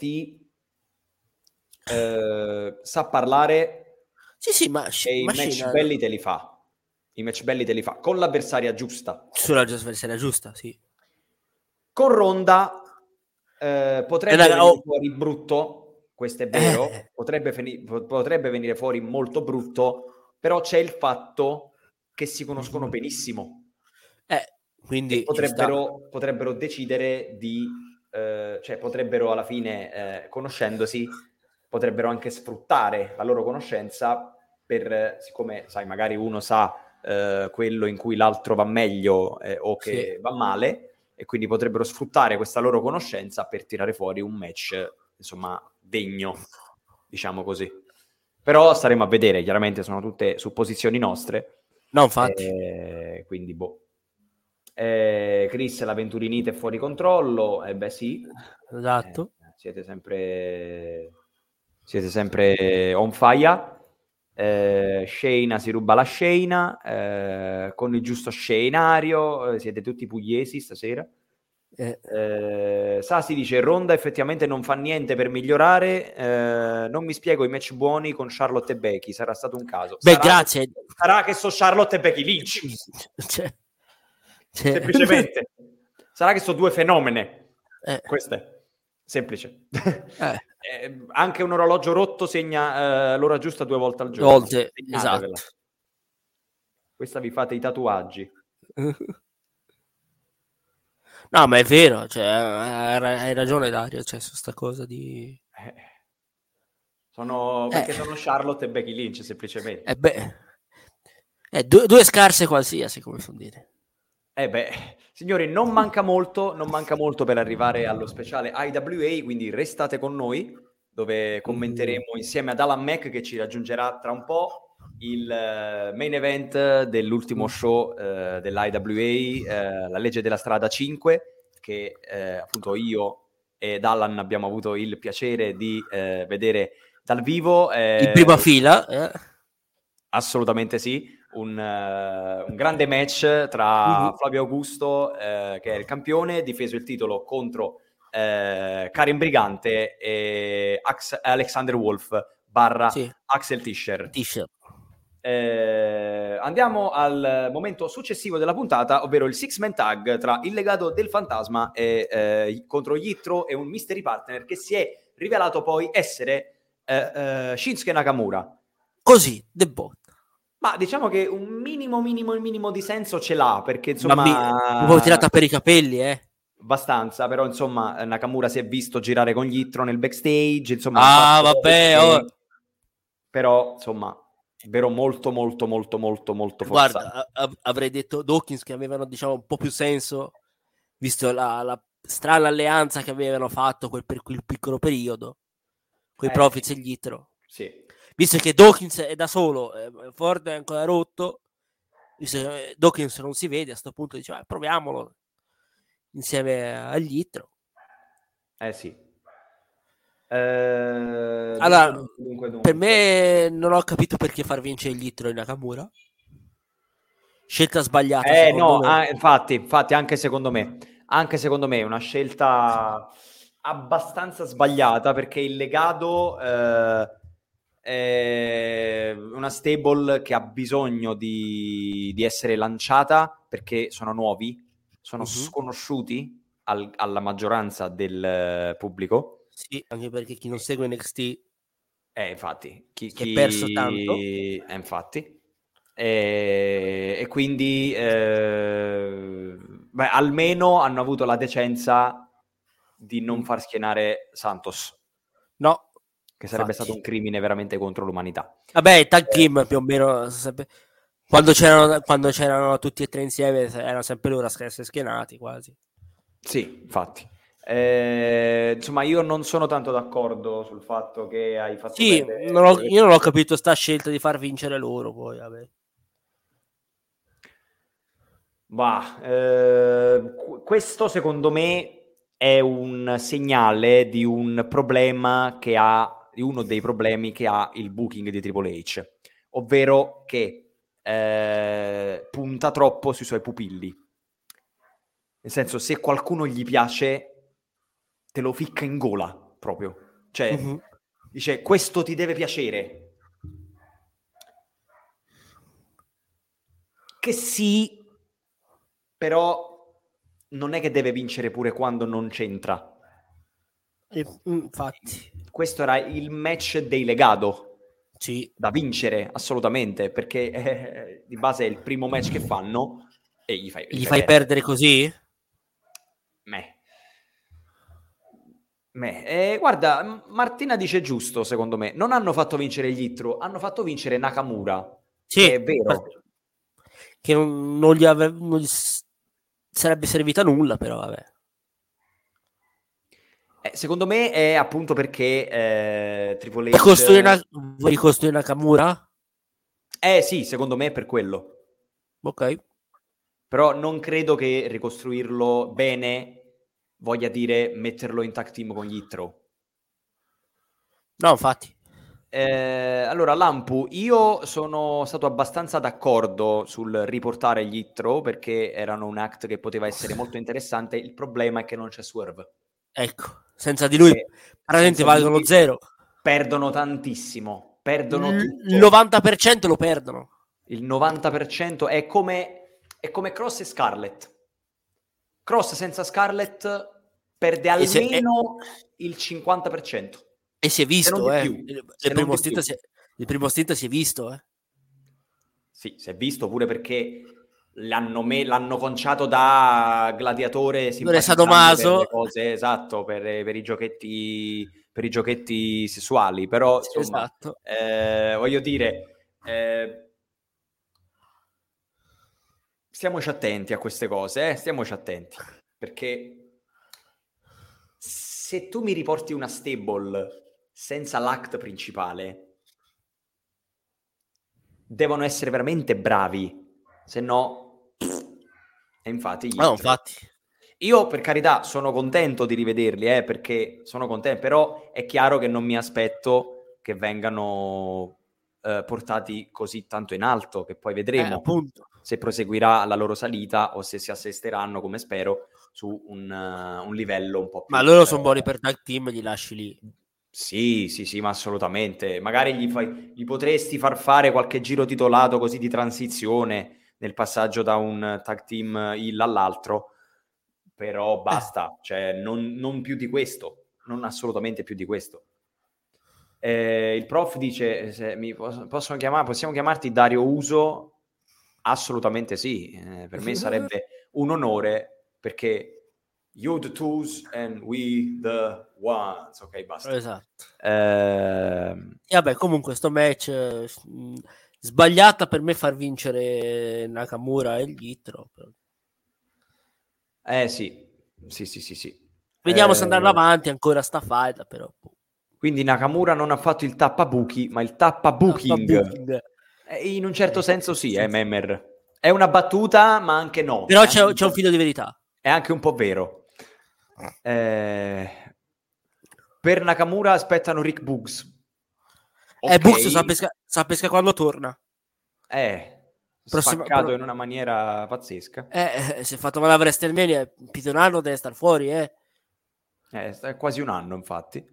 eh, sa parlare Sì, sì, ma, e i ma match Scena belli te li fa. I match belli te li fa con l'avversaria giusta. sulla avversaria giusta, sì. Con Ronda eh, potrebbe raga, venire oh. fuori brutto, questo è vero, Eh. potrebbe, fini- potrebbe venire fuori molto brutto, però c'è il fatto che si conoscono benissimo. Eh, quindi E ci sta. potrebbero, potrebbero decidere di eh, cioè potrebbero alla fine, eh, conoscendosi, potrebbero anche sfruttare la loro conoscenza per, siccome, sai, magari uno sa eh, quello in cui l'altro va meglio eh, o che Sì. va male, e quindi potrebbero sfruttare questa loro conoscenza per tirare fuori un match, insomma, degno, diciamo così. Però staremo a vedere, chiaramente sono tutte supposizioni nostre. No, infatti. Eh, quindi, boh. Eh, Chris, la Venturinite è fuori controllo, e eh beh sì. Esatto. Eh, siete sempre siete sempre on fire. Eh, Shayna si ruba la Shayna eh, con il giusto scenario, eh, siete tutti pugliesi stasera. Eh. Eh, Sasi dice Ronda effettivamente non fa niente per migliorare, eh, non mi spiego i match buoni con Charlotte e Becky, sarà stato un caso. Beh, sarà grazie. Che, sarà che so Charlotte e Becky Lynch, cioè, cioè... semplicemente sarà che sono due fenomene, eh. questo è semplice. Eh. Eh, anche un orologio rotto segna eh, l'ora giusta due volte al giorno. Volte, esatto. Questa vi fate i tatuaggi. No, ma è vero, cioè, hai ragione Dario, cioè, su sta cosa di... Eh, sono, perché eh. sono Charlotte e Becky Lynch, semplicemente. Eh beh, eh, due, due scarse qualsiasi, come sono dire. Eh beh, signori, non manca molto, non manca molto per arrivare allo speciale I W A, quindi restate con noi, dove commenteremo mm. insieme ad Alan Mac, che ci raggiungerà tra un po', il uh, main event dell'ultimo show uh, dell'I W A, uh, La legge della strada cinque, che uh, appunto io ed Alan abbiamo avuto il piacere di uh, vedere dal vivo. Eh, in prima fila. Eh. Assolutamente sì, un, uh, un grande match tra mm-hmm. Flavio Augusto, uh, che è il campione, difeso il titolo contro uh, Karim Brigante e Ax- Alexander Wolf barra sì. Axel Tischer. Tischer. Eh, andiamo al momento successivo della puntata, ovvero il six-man tag tra il legato del fantasma e, eh, contro Yitro e un mystery partner che si è rivelato poi essere eh, eh, Shinsuke Nakamura. Così, The Bot. Ma diciamo che un minimo, minimo, minimo di senso ce l'ha, perché insomma... Ma mi, mi tirata per i capelli, eh. Abbastanza, però insomma Nakamura si è visto girare con Yitro nel backstage, insomma... Ah, vabbè, oh. Però, insomma... Vero molto molto molto molto molto forzato. Guarda, av- avrei detto Dawkins che avevano diciamo un po' più senso visto la, la strana alleanza che avevano fatto quel, per quel piccolo periodo con i eh, Profits e gli Yitro. Sì. Visto che Dawkins è da solo, eh, Ford è ancora rotto, visto che Dawkins non si vede, a sto punto diceva eh, proviamolo insieme agli Yitro. Eh sì. Eh, allora, dunque, dunque, dunque. per me non ho capito perché far vincere gli Yitro in Nakamura. Scelta sbagliata. Eh no, ah, infatti, infatti anche secondo me, anche secondo me è una scelta abbastanza sbagliata, perché il legato eh, è una stable che ha bisogno di, di essere lanciata, perché sono nuovi, sono uh-huh. sconosciuti al, alla maggioranza del pubblico. Sì, anche perché chi non segue N X T eh, infatti, chi, si chi... è perso tanto. Eh, infatti. E, e quindi eh, beh, almeno hanno avuto la decenza di non far schienare Santos. No. Che sarebbe infatti. stato un crimine veramente contro l'umanità. Vabbè, tag team eh. più o meno quando c'erano, quando c'erano tutti e tre insieme erano sempre loro a essere schienati quasi. Sì, infatti. Eh, insomma, io non sono tanto d'accordo sul fatto che hai fatto sì, bene... non ho, io non ho capito sta scelta di far vincere loro poi, vabbè. Bah, eh, questo secondo me è un segnale di un problema che ha, di uno dei problemi che ha il booking di Triple H, ovvero che eh, punta troppo sui suoi pupilli. Nel senso, se qualcuno gli piace, te lo ficca in gola proprio. Cioè, uh-huh. dice, questo ti deve piacere. Che sì, però non è che deve vincere pure quando non c'entra. Infatti. Questo era il match dei legato. Sì. Da vincere, assolutamente, perché eh, di base è il primo match che fanno e gli fai, gli gli fai perdere così? Meh. Me. Eh, guarda, Martina dice giusto, secondo me. Non hanno fatto vincere gli Yitro, hanno fatto vincere Nakamura, Sì, che è vero. che non, non gli, ave, non gli sarebbe servita nulla, però vabbè. Eh, secondo me è appunto perché eh, Triple H... Ricostruire vuoi ricostruire Nakamura? Eh sì, secondo me è per quello. Ok. Però non credo che ricostruirlo bene voglia dire metterlo in tag team con gli Yitro. No, infatti. Eh, allora, Lampu, io sono stato abbastanza d'accordo sul riportare gli Yitro perché erano un act che poteva essere molto interessante. Il problema è che non c'è Swerve. Ecco, senza di lui E praticamente senza di valgono lui zero. perdono tantissimo, perdono Il tutto. novanta per cento lo perdono. Il novanta per cento è come, è come Cross e Scarlett. Cross senza Scarlett perde E se- e- almeno il cinquanta per cento. E si è Se non visto, di eh. più. Il, Se il non primo di stint più. si è, il primo stint si è visto, eh. Sì, si è visto pure perché l'hanno, me- l'hanno conciato da gladiatore Non è simpatizzante per le sadomaso. cose, esatto, per, per i giochetti, per i giochetti sessuali. Però, Sì, insomma, esatto. eh, voglio dire, eh, stiamoci attenti a queste cose, eh? Stiamoci attenti, perché se tu mi riporti una stable senza l'act principale, devono essere veramente bravi, se no... E infatti gli No, Yitro. infatti. Io, per carità, sono contento di rivederli, eh, perché sono contento, però è chiaro che non mi aspetto che vengano eh, portati così tanto in alto, che poi Eh, vedremo appunto. se proseguirà la loro salita o se si assesteranno, come spero, su un, uh, un livello un po' più... Ma loro sono eh, buoni per tag team, li lasci lì. Sì, sì, sì, ma assolutamente. Magari gli, fai, gli potresti far fare qualche giro titolato così di transizione nel passaggio da un tag team heel all'altro, però basta, cioè non, non più di questo, non assolutamente più di questo. Eh, il prof dice, se mi posso, possono chiamare, possiamo chiamarti Dario Uso? Assolutamente sì, eh, per me sarebbe un onore perché you the twos and we the ones. Ok, basta. Esatto. Eh, E vabbè, comunque sto match eh, mh, sbagliata per me far vincere Nakamura e gli Yitro. eh sì, sì, sì, sì, sì. Vediamo Eh, se andranno avanti ancora sta fight, però. quindi Nakamura non ha fatto il tappabuchi, ma il Tappa tappabooking. booking. Eh, in un certo Eh, senso sì, sì. eh, Memmer. È una battuta, ma anche no. Però È c'è, anche un c'è un po', filo di verità. è anche un po' vero. Eh, per Nakamura aspettano Rick Boogs. Eh, Ok, Bux sa pesca, sa pesca quando torna. è Prossima, spaccato pro- in una maniera pazzesca. eh, eh, se è fatto male a WrestleMania, più di un anno deve star fuori, eh. Eh, è quasi un anno, infatti.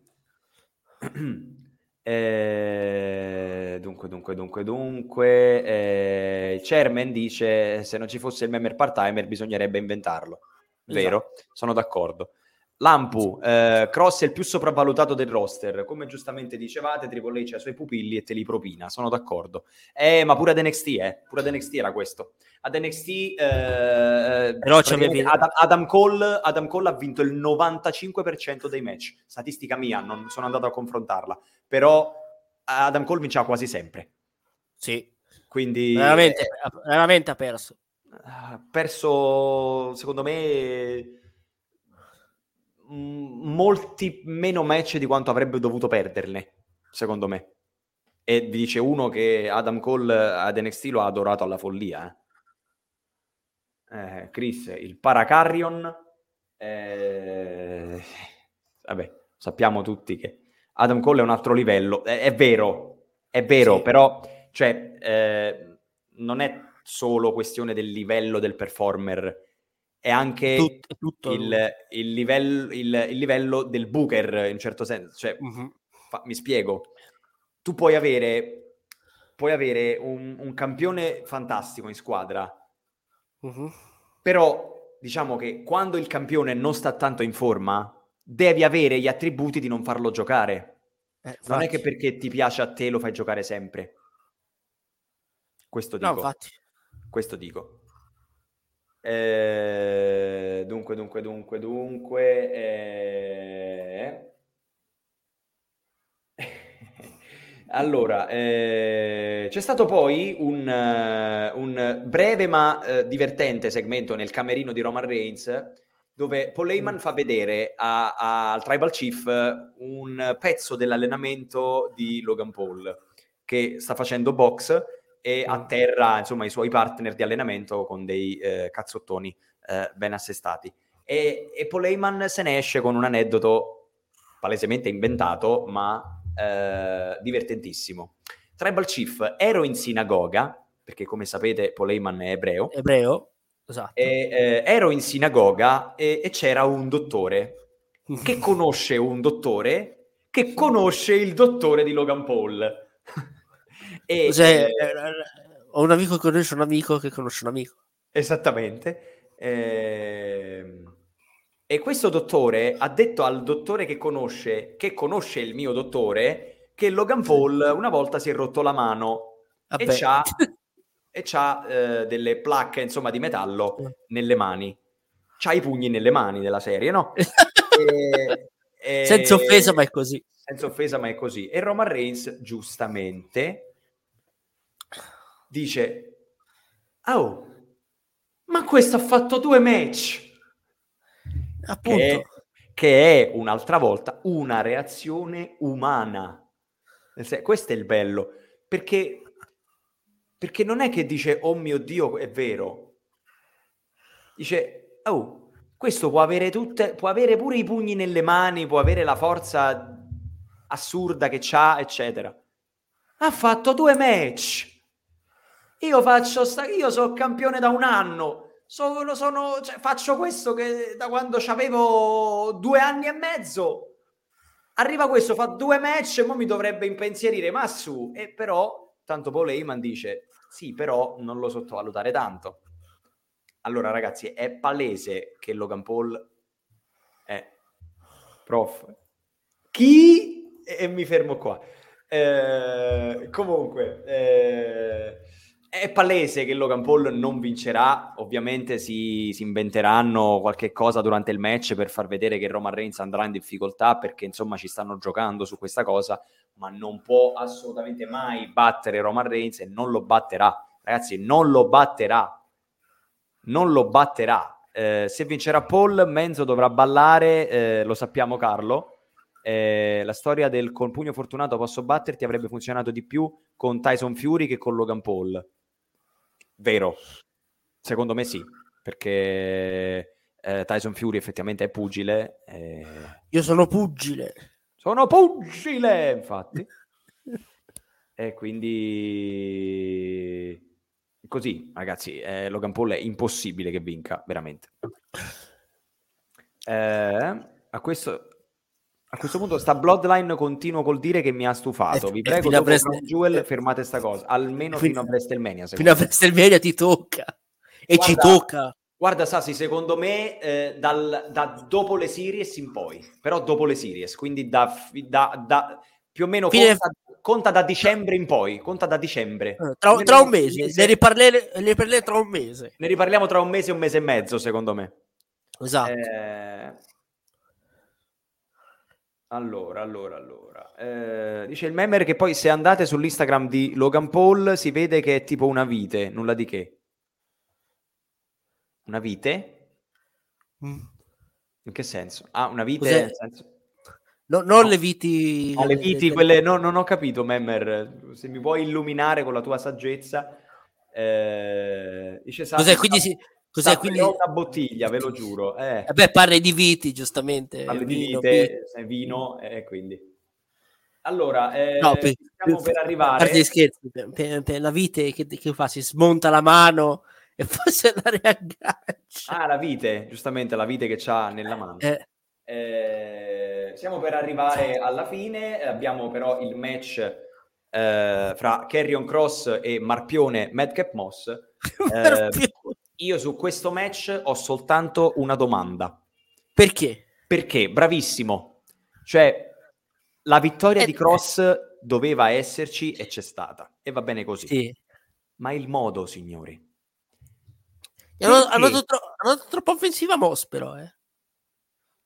Eh, dunque, dunque, dunque, dunque. Eh, il chairman dice: se non ci fosse il member part-timer, bisognerebbe inventarlo. Vero? Esatto. Sono d'accordo. Lampu, eh, Cross è il più sopravvalutato del roster. Come giustamente dicevate, Triple H ha i suoi pupilli e te li propina. Sono d'accordo. Eh, ma pure ad N X T, eh. Pure ad N X T era questo. Ad N X T eh, Però c'avevi... Adam, Adam, Cole, Adam Cole ha vinto il novantacinque per cento dei match. Statistica mia, non sono andato a confrontarla. Però Adam Cole vinceva quasi sempre. Sì. Quindi... Veramente, Eh, veramente ha perso. Ha perso, secondo me... molti meno match di quanto avrebbe dovuto perderne, secondo me. E vi dice uno che Adam Cole ad N X T lo ha adorato alla follia. Eh? Eh, Chris, il Paracarrion. Eh... Vabbè, sappiamo tutti che Adam Cole è un altro livello. È, è vero, è vero, Sì. però cioè, eh, non è solo questione del livello del performer, è anche Tut- tutto il, il, livello, il, il livello del booker, in un certo senso. Cioè, mm-hmm. fa, mi spiego. Tu puoi avere, puoi avere un, un campione fantastico in squadra, Mm-hmm. però diciamo che quando il campione non sta tanto in forma, devi avere gli attributi di non farlo giocare. Eh, non è che perché ti piace a te lo fai giocare sempre. Questo dico. No, infatti. Questo dico. Eh, dunque, dunque, dunque, dunque. Eh... Allora, eh, c'è stato poi un, uh, un breve ma uh, divertente segmento nel camerino di Roman Reigns, dove Paul Heyman fa vedere a, a, al Tribal Chief un pezzo dell'allenamento di Logan Paul, che sta facendo box e atterra, insomma, i suoi partner di allenamento con dei eh, cazzottoni eh, ben assestati. E, e Paul Heyman se ne esce con un aneddoto palesemente inventato, ma eh, divertentissimo. Tribal Chief, ero in sinagoga, perché come sapete Paul Heyman è ebreo. Ebreo, esatto. E, eh, ero in sinagoga e, e c'era un dottore che conosce un dottore che conosce il dottore di Logan Paul. E, cioè, eh, ho un amico che conosce un amico che conosce un amico. Esattamente. Eh, e questo dottore ha detto al dottore che conosce, che conosce il mio dottore, che Logan Paul una volta si è rotto la mano Vabbè. e c'ha, e c'ha eh, delle placche, insomma, di metallo nelle mani. C'ha i pugni nelle mani della serie, no? e, e, senza offesa, ma è così. Senza offesa, ma è così. E Roman Reigns, giustamente, dice: oh, ma questo ha fatto due match. Appunto. Che, che è un'altra volta una reazione umana. Questo è il bello. Perché, perché non è che dice, oh mio Dio, è vero. Dice, oh, questo può avere tutte, può avere pure i pugni nelle mani, può avere la forza assurda che c'ha, eccetera. Ha fatto due match. Io faccio sta, io sono campione da un anno. Sono, sono, cioè, faccio questo che da quando avevo due anni e mezzo. Arriva questo, fa due match e mo mi dovrebbe impensierire, ma su. E però, tanto Paul Heyman dice, sì, però non lo sottovalutare tanto. Allora, ragazzi, è palese che Logan Paul è prof. Chi? E mi fermo qua. Eh, comunque, eh, è palese che Logan Paul non vincerà. Ovviamente si, si inventeranno qualche cosa durante il match per far vedere che Roman Reigns andrà in difficoltà, perché insomma ci stanno giocando su questa cosa, ma non può assolutamente mai battere Roman Reigns e non lo batterà. Ragazzi, non lo batterà. Non lo batterà. Eh, se vincerà Paul, Menzo dovrà ballare, eh, lo sappiamo, Carlo. Eh, la storia del col pugno fortunato posso batterti avrebbe funzionato di più con Tyson Fury che con Logan Paul. Vero? Secondo me sì, perché eh, Tyson Fury effettivamente è pugile. Eh... Io sono pugile. Sono pugile, infatti. E quindi così, ragazzi, eh, Logan Paul è impossibile che vinca, veramente. Eh, a questo A questo punto sta Bloodline continuo col dire che mi ha stufato. Vi prego, dopo Crown Jewel fermate sta cosa, almeno fino, fino a WrestleMania. Fino a WrestleMania ti tocca. E guarda, ci tocca. Guarda Sassi, secondo me eh, dal, da dopo le series in poi, però dopo le series, quindi da, da, da più o meno Fine... conta, conta da dicembre in poi, conta da dicembre. Tra, tra un mese, mese. Ne, riparleremo, ne riparleremo tra un mese. Ne riparliamo tra un mese e un mese e mezzo, secondo me. Esatto. Eh... Allora, allora, allora. Eh, dice il memer che poi se andate sull'Instagram di Logan Paul si vede che è tipo una vite, nulla di che. Una vite? Mm. In che senso? Ah, una vite Cos'è? nel senso... No, non no. le viti... Ah, le viti, le... quelle... No, non ho capito, memer. Se mi puoi illuminare con la tua saggezza. Eh... Dice Sassi, Cos'è, quindi si... Cos'è, quindi... una bottiglia, ve lo giuro. Eh. Eh beh, parli di viti, giustamente. Parli di vino, vite, vino, vino eh, quindi... Allora, eh, no, per, stiamo per, per arrivare... A parte gli scherzi, per, per, per la vite che, che fa? Si smonta la mano e poi se la riaggancia. Ah, la vite, giustamente, la vite che c'ha nella mano. Eh. Eh, siamo per arrivare alla fine, abbiamo però il match eh, fra Karrion Kross e Marpione Madcap Moss. Eh, io su questo match ho soltanto una domanda. Perché? Perché, bravissimo. Cioè, la vittoria eh, di Kross doveva esserci e c'è stata. E va bene così. Sì. Ma il modo, signori. Hanno, hanno, dato tro- hanno dato troppo offensiva Moss, però, eh.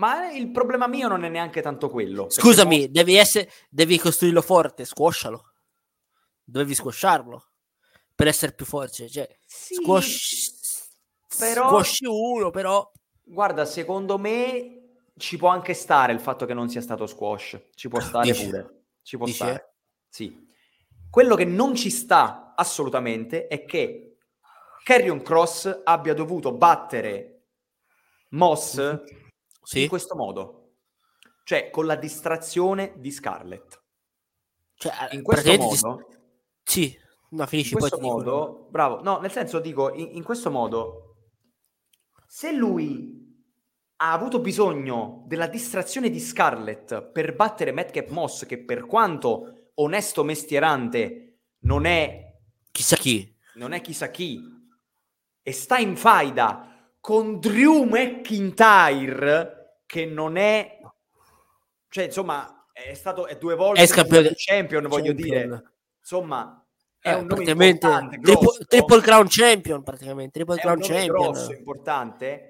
Ma il problema mio non è neanche tanto quello. Scusami, no... devi essere, devi costruirlo forte, squashalo. Dovevi squasharlo per essere più forte. Cioè, sì, squash... però... squashi uno, però... Guarda, secondo me ci può anche stare il fatto che non sia stato squash. Ci può stare Dici? pure. Ci può Dici? stare. Sì. Quello che non ci sta assolutamente è che Karrion Kross abbia dovuto battere Moss sì. in questo modo. Cioè, con la distrazione di Scarlett. Cioè, in questo modo... Ti... Sì, no, finisci in questo poi ti modo, dico... bravo, no, nel senso dico, in, in questo modo, se lui ha avuto bisogno della distrazione di Scarlett per battere Madcap Moss, che per quanto onesto mestierante non è chissà chi, non è chissà chi, e sta in faida con Drew McIntyre, che non è, cioè insomma è stato è due volte ex campione champion, voglio champion. dire, insomma è eh, un nome praticamente importante, triple, grosso, triple crown champion, praticamente triple è crown un nome champion. grosso, importante.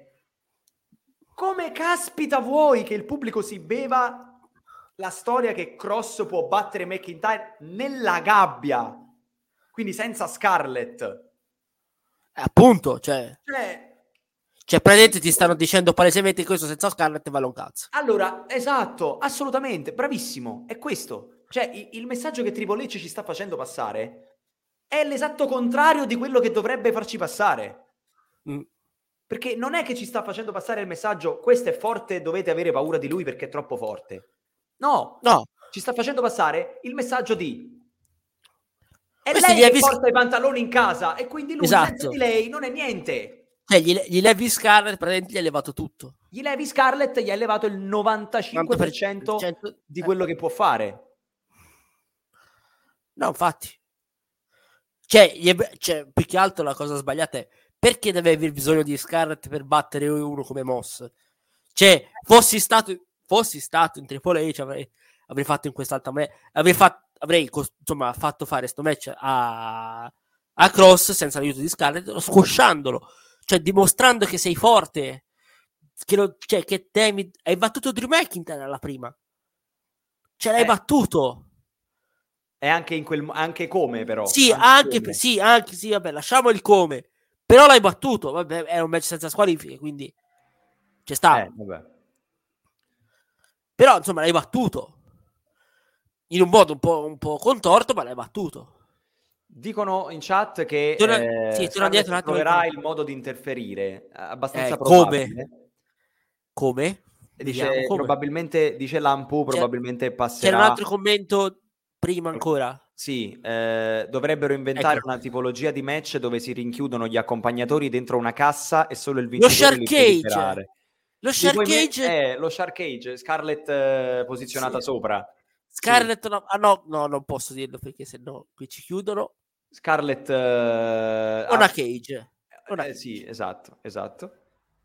Come caspita vuoi che il pubblico si beva la storia che Cross può battere McIntyre nella gabbia, quindi senza Scarlett? Eh, appunto, cioè, Cioè, cioè praticamente ti stanno dicendo palesemente che questo senza Scarlett vale un cazzo. allora, esatto, assolutamente, bravissimo, è questo. Cioè, il, il messaggio che Triple H ci sta facendo passare è l'esatto contrario di quello che dovrebbe farci passare. Mm. Perché non è che ci sta facendo passare il messaggio questo è forte, dovete avere paura di lui perché è troppo forte. No, no. Ci sta facendo passare il messaggio di è Questi lei che Levi... porta i pantaloni in casa e quindi lui esatto. senza di lei non è niente. Cioè, gli, gli levi Scarlett, praticamente gli hai levato tutto. Gli levi Scarlett, gli hai levato il novantacinque per cento di quello che può fare. No, infatti. Cioè, gli è... cioè, più che altro la cosa sbagliata è perché deve aver bisogno di Scarlett per battere uno come Moss? Cioè, fossi stato, fossi stato in Triple H, avrei, avrei fatto in quest'altra me, avrei fatto, avrei insomma fatto fare sto match a, a Cross senza l'aiuto di Scarlett, squasciandolo, cioè dimostrando che sei forte, che, lo, cioè, che temi, hai battuto Drew McIntyre alla prima, cioè l'hai eh. battuto. E anche in quel anche come però. Sì, anche, anche, come. sì, anche sì, vabbè, lasciamo il come. Però l'hai battuto, vabbè, era un match senza squalifiche, quindi c'è sta. Eh, vabbè. Però, insomma, l'hai battuto. In un modo un po', un po' contorto, ma l'hai battuto. Dicono in chat che Torna, eh, sì, Scarlett un troverà il modo di interferire, abbastanza eh, probabile. Come? Come? Dice, Vediamo come. probabilmente, dice Lampu, probabilmente c'era, passerà... C'era un altro commento prima ancora. Sì, eh, dovrebbero inventare ecco. una tipologia di match dove si rinchiudono gli accompagnatori dentro una cassa e solo il Lo vincitore li può Shark liberare. Cage. Lo Shark Cage è lo Shark Cage, Scarlett eh, posizionata sì. sopra. Scarlett sì. no, ah, no, no, non posso dirlo perché sennò qui ci chiudono. Scarlett eh, una ha... cage. Una eh, cage. Sì, esatto, esatto.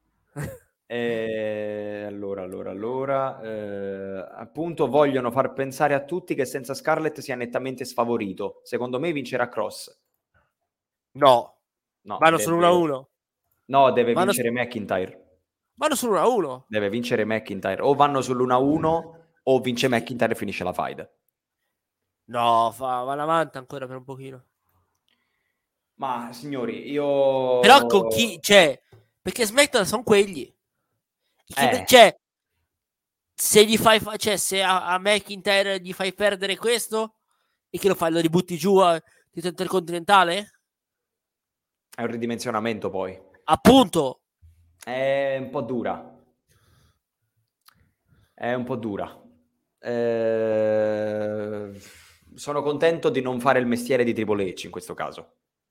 E allora, allora, allora, eh, appunto vogliono far pensare a tutti che senza Scarlett sia nettamente sfavorito. Secondo me vincerà Cross. No, no vanno deve... solo uno a uno. No, deve vanno vincere su... McIntyre. Vanno solo uno a uno. Deve vincere McIntyre. O vanno sull'uno a uno o vince McIntyre e finisce la fight. No, fa, va avanti ancora per un pochino. Ma signori, io... Però con chi... Cioè, perché SmackDown sono quelli. Eh. Cioè, se gli fai... Cioè, se a, a McIntyre gli fai perdere questo e che lo fai? Lo ributti giù a titolo intercontinentale? È un ridimensionamento poi. Appunto. È un po' dura. È un po' dura. Eh... Sono contento di non fare il mestiere di Triple H in questo caso.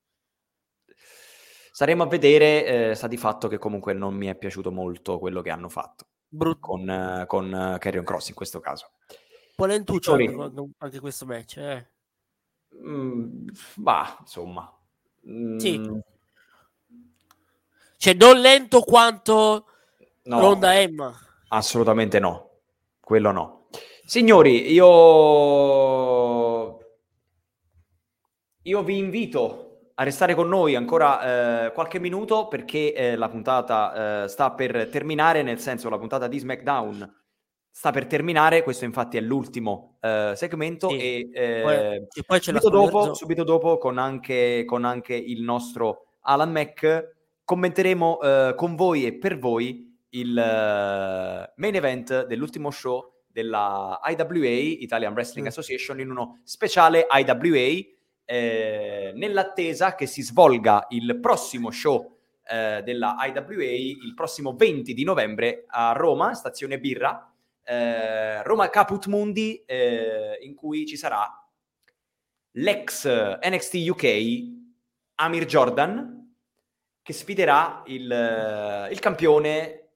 Saremo a vedere, eh, sta di fatto che comunque non mi è piaciuto molto quello che hanno fatto Brut- con, uh, con uh, Karrion Kross in questo caso. Polentuccio anche, anche questo match, eh. Mm, bah, insomma. Mm, sì. Cioè, non lento quanto no, Ronda Emma. Assolutamente no. Quello no. Signori, io... Io vi invito a restare con noi ancora eh, qualche minuto perché eh, la puntata eh, sta per terminare, nel senso la puntata di SmackDown sta per terminare, questo infatti è l'ultimo eh, segmento Sì. e, eh, Poi, e poi c'è subito, la dopo, Zone. subito dopo con anche, con anche il nostro Alan Mac commenteremo eh, con voi e per voi il uh, main event dell'ultimo show della I W A, Italian Wrestling Mm. Association, in uno speciale I W A eh, nell'attesa che si svolga il prossimo show eh, della I W A il prossimo venti di novembre a Roma, stazione Birra, eh, Roma Caput Mundi, eh, in cui ci sarà l'ex N X T U K Amir Jordan che sfiderà il, il campione,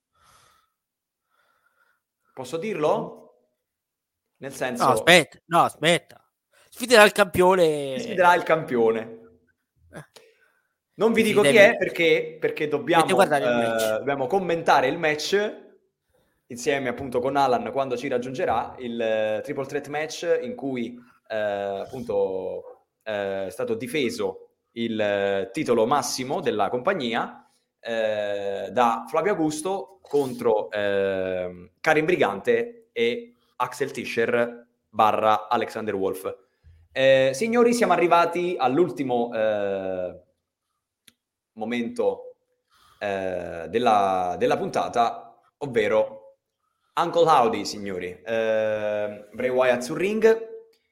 posso dirlo? Nel senso... No, aspetta, no, aspetta. Sfiderà il campione. Sfiderà il campione. Non vi Sì, dico chi devi- è perché, perché dobbiamo, Dovete guardare il eh, match. dobbiamo commentare il match insieme appunto con Alan quando ci raggiungerà, il eh, triple threat match in cui eh, appunto eh, è stato difeso il eh, titolo massimo della compagnia eh, da Flavio Augusto contro eh, Karim Brigante e Axel Tischer barra Alexander Wolf. Eh, signori, siamo arrivati all'ultimo eh, momento eh, della, della puntata, ovvero Uncle Howdy, signori. Eh, Bray Wyatt sul ring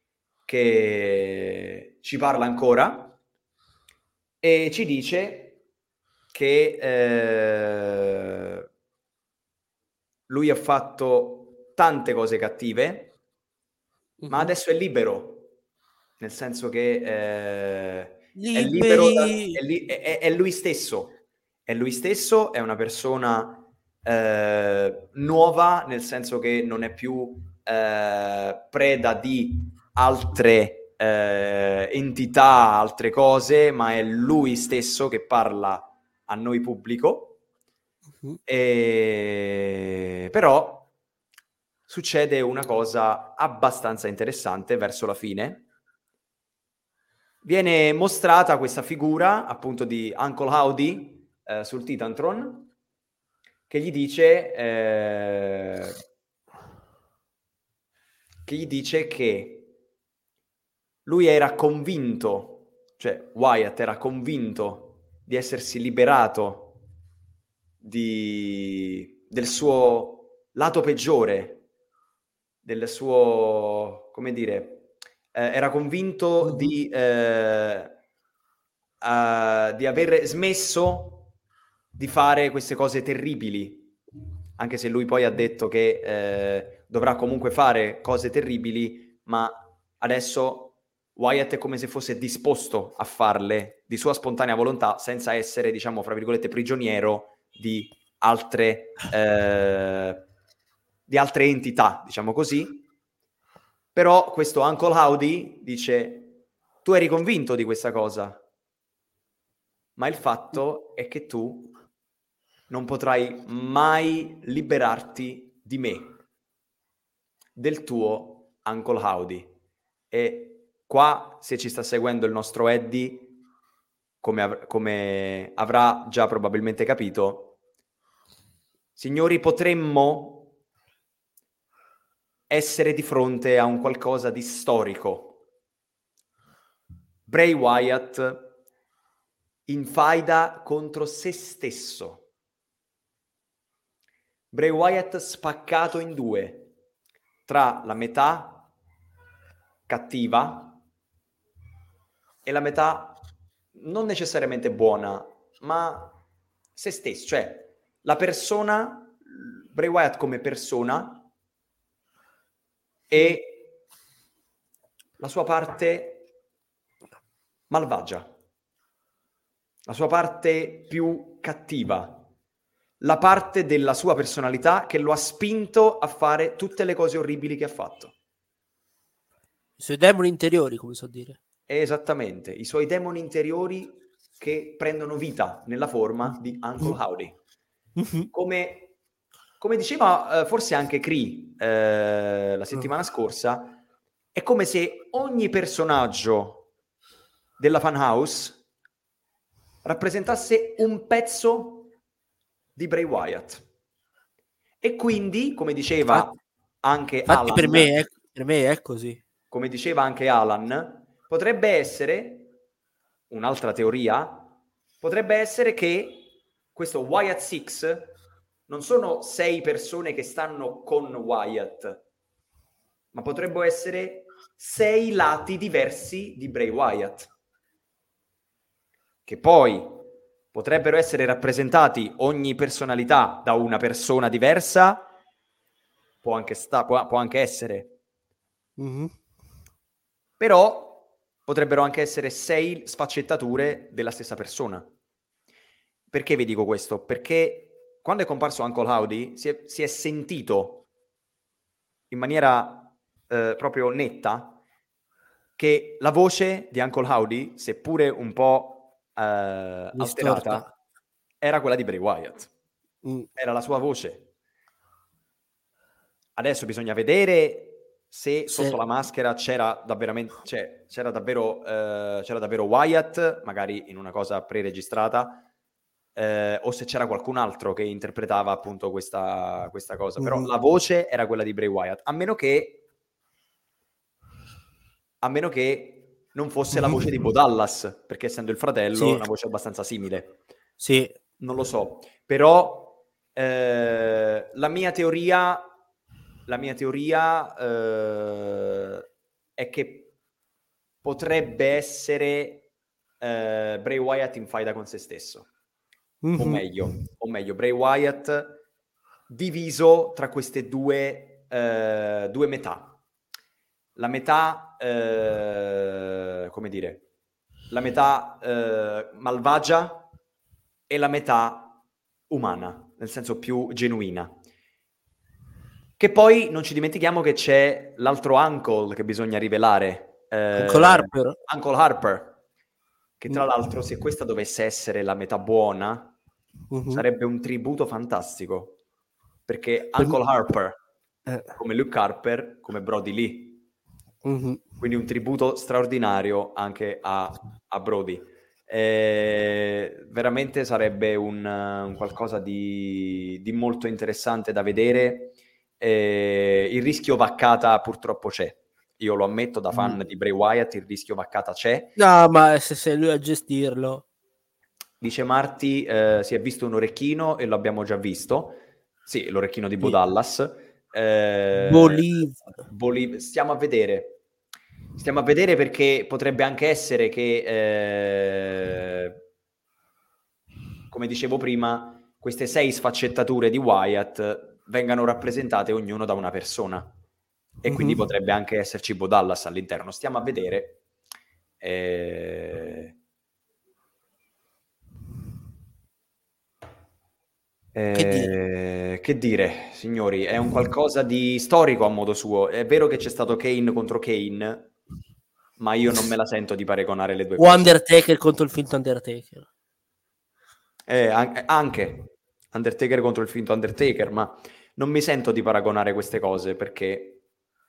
che ci parla ancora e ci dice che eh, lui ha fatto tante cose cattive, Mhm. ma adesso è libero. Nel senso che eh, è Liberi. libero, da, è, li, è, è lui stesso, è lui stesso, è una persona eh, nuova, nel senso che non è più eh, preda di altre eh, entità, altre cose, ma è lui stesso che parla a noi pubblico. Mhm. E... però succede una cosa abbastanza interessante verso la fine. Viene mostrata questa figura appunto di Uncle Howdy eh, sul Titantron che gli dice eh, che gli dice che lui era convinto, cioè Wyatt era convinto di essersi liberato di, del suo lato peggiore, del suo, come dire, eh, era convinto Mhm. di, eh, uh, di aver smesso di fare queste cose terribili, anche se lui poi ha detto che eh, dovrà comunque fare cose terribili, ma adesso Wyatt è come se fosse disposto a farle di sua spontanea volontà, senza essere, diciamo, fra virgolette, prigioniero di altre, eh, di altre entità, diciamo così. Però questo Uncle Howdy dice: tu eri convinto di questa cosa, ma il fatto è che tu non potrai mai liberarti di me, del tuo Uncle Howdy. E qua, se ci sta seguendo il nostro Eddie, come, av- come avrà già probabilmente capito, signori, potremmo essere di fronte a un qualcosa di storico. Bray Wyatt in faida contro se stesso. Bray Wyatt spaccato in due, tra la metà cattiva e la metà non necessariamente buona, ma se stesso, cioè la persona, Bray Wyatt come persona e la sua parte malvagia, la sua parte più cattiva, la parte della sua personalità che lo ha spinto a fare tutte le cose orribili che ha fatto. I suoi demoni interiori, come so dire. Esattamente, i suoi demoni interiori che prendono vita nella forma di Uncle Howdy. Mhm. Come, come diceva eh, forse anche Cree eh, la settimana scorsa, è come se ogni personaggio della Funhouse rappresentasse un pezzo di Bray Wyatt. E quindi, come diceva infatti, anche infatti Alan, per me, è, per me è così. Come diceva anche Alan, potrebbe essere, un'altra teoria, potrebbe essere che questo Wyatt Six non sono sei persone che stanno con Wyatt, ma potrebbero essere sei lati diversi di Bray Wyatt, che poi potrebbero essere rappresentati ogni personalità da una persona diversa, può anche, sta, può, può anche essere, Mm-hmm. però potrebbero anche essere sei sfaccettature della stessa persona. Perché vi dico questo? Perché quando è comparso Uncle Howdy si è, si è sentito in maniera eh, proprio netta che la voce di Uncle Howdy, seppure un po' eh, alterata, era quella di Bray Wyatt. Mm. Era la sua voce. Adesso bisogna vedere se Se... sotto la maschera c'era davvero, cioè, c'era, davvero, eh, c'era davvero Wyatt, magari in una cosa pre-registrata, eh, o se c'era qualcun altro che interpretava appunto questa, questa cosa. Però mm-hmm. la voce era quella di Bray Wyatt, a meno che a meno che non fosse mm-hmm. la voce di Bo Dallas, perché essendo il fratello sì. è una voce abbastanza simile. Sì. Non lo so, però eh, la mia teoria la mia teoria eh, è che potrebbe essere eh, Bray Wyatt in faida con se stesso. Mm-hmm. O meglio, o meglio, Bray Wyatt diviso tra queste due, eh, due metà. La metà, eh, come dire, la metà eh, malvagia e la metà umana, nel senso più genuina. Che poi non ci dimentichiamo che c'è l'altro Uncle che bisogna rivelare. Eh, Uncle Harper. Uncle Harper. Che tra l'altro, se questa dovesse essere la metà buona, uh-huh. sarebbe un tributo fantastico. Perché Uncle Harper, eh. come Luke Harper, come Brody Lee. Uh-huh. Quindi un tributo straordinario anche a, a Brody. Eh, veramente sarebbe un, un qualcosa di, di molto interessante da vedere. Eh, il rischio vaccata purtroppo c'è. Io lo ammetto, da fan mm. di Bray Wyatt, il rischio vaccata c'è. No, ma se sei lui a gestirlo. Dice Marti, eh, si è visto un orecchino e lo abbiamo già visto. Sì, l'orecchino di Bo Dallas. Eh, Boliv. Boliv. Stiamo a vedere. Stiamo a vedere perché potrebbe anche essere che, eh, come dicevo prima, queste sei sfaccettature di Wyatt vengano rappresentate ognuno da una persona. E mm-hmm. quindi potrebbe anche esserci Bo Dallas all'interno. Stiamo a vedere. Eh... Eh, che, dire? che dire, signori, è un qualcosa di storico a modo suo. È vero che c'è stato Kane contro Kane, ma io non me la sento di paragonare le due o cose. O Undertaker contro il finto Undertaker. Eh, anche Undertaker contro il finto Undertaker, ma non mi sento di paragonare queste cose perché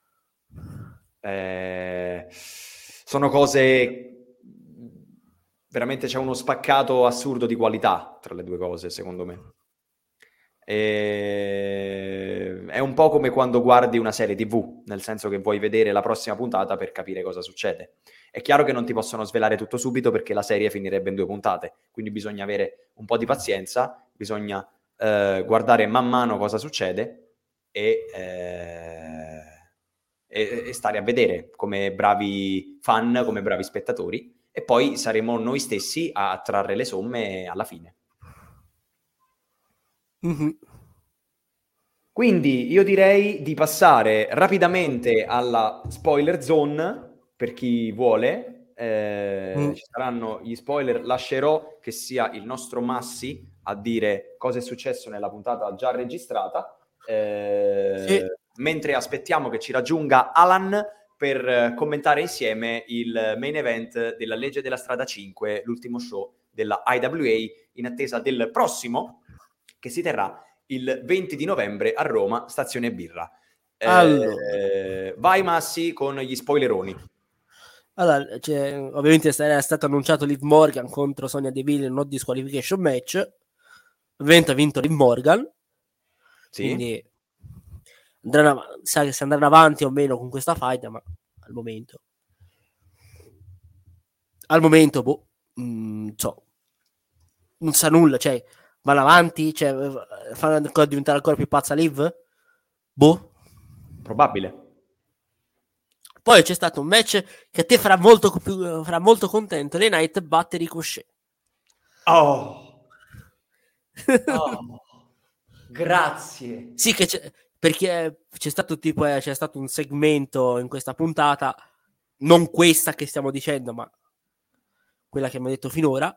eh, sono cose... Veramente c'è uno spaccato assurdo di qualità tra le due cose, secondo me. E... È un po' come quando guardi una serie tivù, nel senso che vuoi vedere la prossima puntata per capire cosa succede. È chiaro che non ti possono svelare tutto subito perché la serie finirebbe in due puntate, quindi bisogna avere un po' di pazienza, bisogna eh, guardare man mano cosa succede e, eh, e, e stare a vedere come bravi fan, come bravi spettatori, e poi saremo noi stessi a trarre le somme alla fine. Mm-hmm. Quindi io direi di passare rapidamente alla spoiler zone per chi vuole. Eh, mm. Ci saranno gli spoiler. Lascerò che sia il nostro Massi a dire cosa è successo nella puntata già registrata, eh, sì. mentre aspettiamo che ci raggiunga Alan per commentare insieme il main event della Legge della Strada cinque, l'ultimo show della I W A, in attesa del prossimo che si terrà il venti di novembre a Roma, Stazione Birra. Eh, allora. Vai Massi con gli spoileroni. Allora, cioè, ovviamente era stato annunciato Liv Morgan contro Sonya Deville in no disqualification match. Ovviamente ha vinto Liv Morgan. Sì. Quindi andranno, sa che se andranno avanti o meno con questa fight, ma al momento al momento boh, mh, so, non sa nulla, cioè vanno avanti, cioè fanno ancora diventare ancora più pazza Liv? Boh, probabile. Poi c'è stato un match che a te farà molto, più, farà molto contento. Le Knight batte Ricochet. Oh. Oh. Grazie. Sì, che c'è, perché c'è stato tipo eh, c'è stato un segmento in questa puntata, non questa che stiamo dicendo, ma quella che abbiamo detto finora.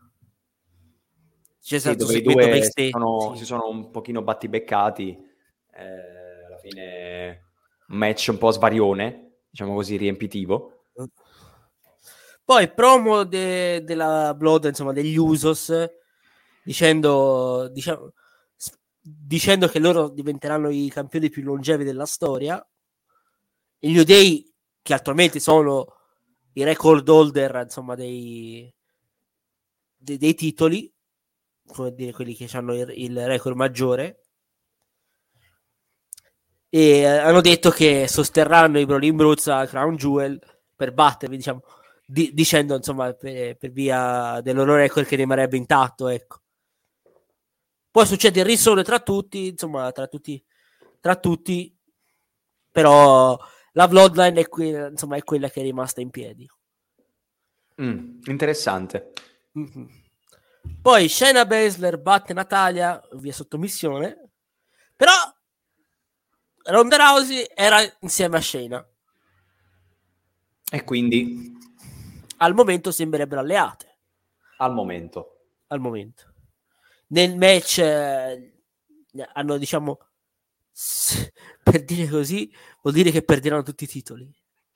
C'è sì, stato dove un i segmento due si backstage, sono, sì. si sono un pochino battibeccati. Eh, alla fine un match un po' svarione, diciamo così, riempitivo. Poi promo de- della Blood, insomma, degli Usos, dicendo, diciamo, dicendo che loro diventeranno i campioni più longevi della storia. I New Day, che attualmente sono i record holder, insomma, dei, dei, dei titoli, come dire, quelli che hanno il, il record maggiore. E hanno detto che sosterranno i Brawling Brutes a Crown Jewel per battervi, diciamo, di, dicendo insomma per, per via del loro record che rimarrebbe intatto, ecco. Poi succede il risole tra tutti, insomma, tra tutti, tra tutti, però la Bloodline è, que- insomma, è quella che è rimasta in piedi. Mm, interessante. Mm-hmm. Poi Shayna Baszler batte Natalia via sottomissione, però Ronda Rousey era insieme a Shayna. E quindi? Al momento sembrerebbero alleate. Al momento. Al momento. Nel match eh, hanno, diciamo, per dire così, vuol dire che perderanno tutti i titoli.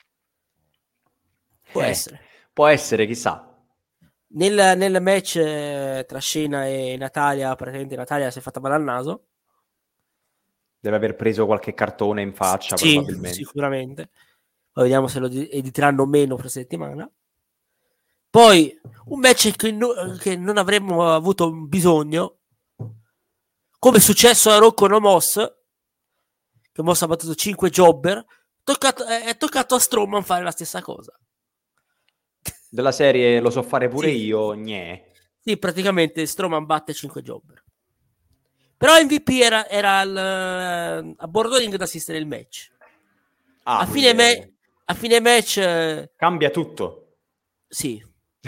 Può eh, essere. Può essere, chissà. Nel, nel match eh, tra Shayna e Natalia, praticamente Natalia si è fatta male al naso. Deve aver preso qualche cartone in faccia, sì, probabilmente. Sicuramente. Poi vediamo se lo editeranno o meno per settimana. Poi un match che, no, che non avremmo avuto bisogno, come è successo a Rocco No Moss, che Moss ha battuto cinque jobber, toccato, è, è toccato a Strowman fare la stessa cosa. Della serie lo so fare pure sì. io, gnè. Sì, praticamente Strowman batte cinque jobber. Però M V P era, era al, a bordo ring ad assistere il match. Ah, a, fine me- a fine match... Eh, cambia tutto. Sì.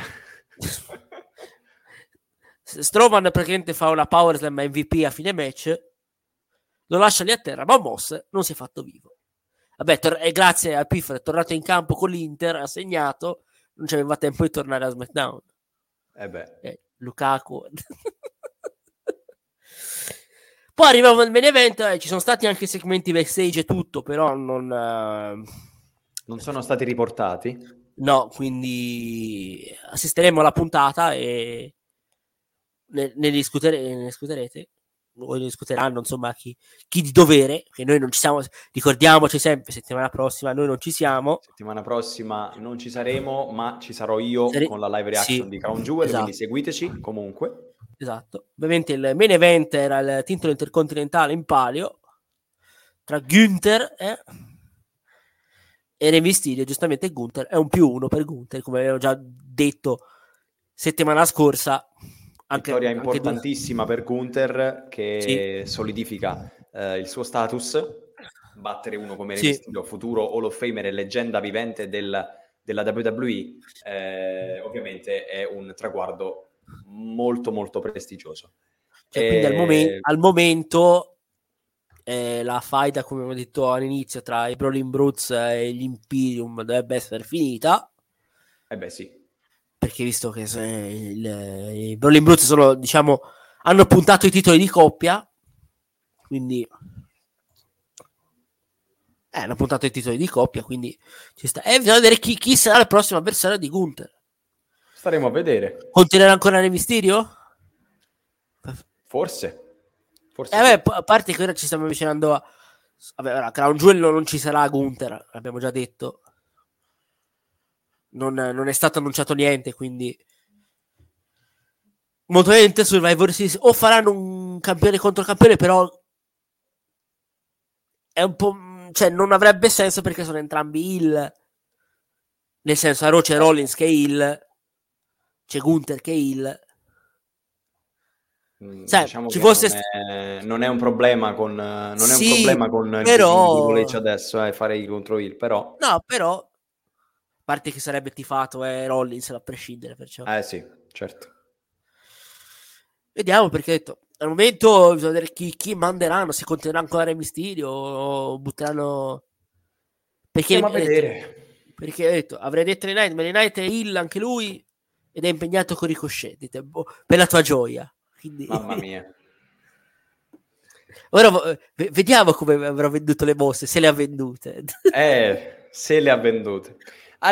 Strowman praticamente fa una power slam M V P a fine match, lo lascia lì a terra, ma Moss non si è fatto vivo. Vabbè, tor- e grazie a Piff è tornato in campo con l'Inter, ha segnato, non c'aveva tempo di tornare a SmackDown. Eh beh. Eh, Lukaku. Poi arriviamo al main event, eh, ci sono stati anche segmenti backstage e tutto, però non... Uh... Non sono stati riportati? No, quindi assisteremo alla puntata e ne, ne, discutere, ne discuterete. Voi ne discuteranno, insomma, chi, chi di dovere, che noi non ci siamo, ricordiamoci sempre, settimana prossima noi non ci siamo. Settimana prossima non ci saremo, ma ci sarò io Sare- con la live reaction sì, di Crown Jewel, esatto. quindi seguiteci comunque. Esatto. Ovviamente il main event era il titolo intercontinentale in palio tra Gunther e, e Re Mysterio. Giustamente Gunther è un più uno per Gunther, come avevo già detto settimana scorsa. Anche, Vittoria anche importantissima due... per Gunther che sì. solidifica eh, il suo status. Battere uno come Re sì. Mysterio, futuro Hall of Famer e leggenda vivente del, della W W E, eh, ovviamente è un traguardo molto molto prestigioso. Cioè, e... quindi al, momen- al momento eh, la faida, come ho detto all'inizio, tra i Brawling Brutes e gli Imperium dovrebbe essere finita. Eh beh sì. Perché visto che il, i Brawling Brutes sono, diciamo, hanno puntato i titoli di coppia, quindi eh, hanno puntato i titoli di coppia, quindi ci sta. E bisogna vedere chi, chi sarà il prossimo avversario di Gunther. Staremo a vedere. Continuerà ancora Re Mysterio? Forse. Forse eh, sì. beh, a parte che ora ci stiamo avvicinando a... Vabbè, ora, Crown Jewel non ci sarà Gunther, l'abbiamo già detto. non, non è stato annunciato niente, quindi molto probabilmente Survivor Series o faranno un campione contro campione, però è un po', cioè non avrebbe senso perché sono entrambi heel, nel senso a Raw c'è Rollins che è heel, c'è Gunther che è heel. Sai, diciamo ci che fosse... non, è, non è un problema con non sì, è un problema con però... il Triple H adesso eh, fare il contro heel, però no, però a parte che sarebbe tifato eh, Rollins a prescindere, perciò eh sì, certo. Vediamo, perché detto, al momento bisogna vedere chi, chi manderanno, se continueranno ancora Re Mysterio o butteranno, perché andiamo a vedere detto, perché ho detto, avrei detto L A Knight, ma L A Knight è heel anche lui ed è impegnato con Ricochet, dite, boh, per la tua gioia. Quindi... mamma mia. Ora vediamo come avrò venduto le mosse, se le ha vendute. Eh, se le ha vendute.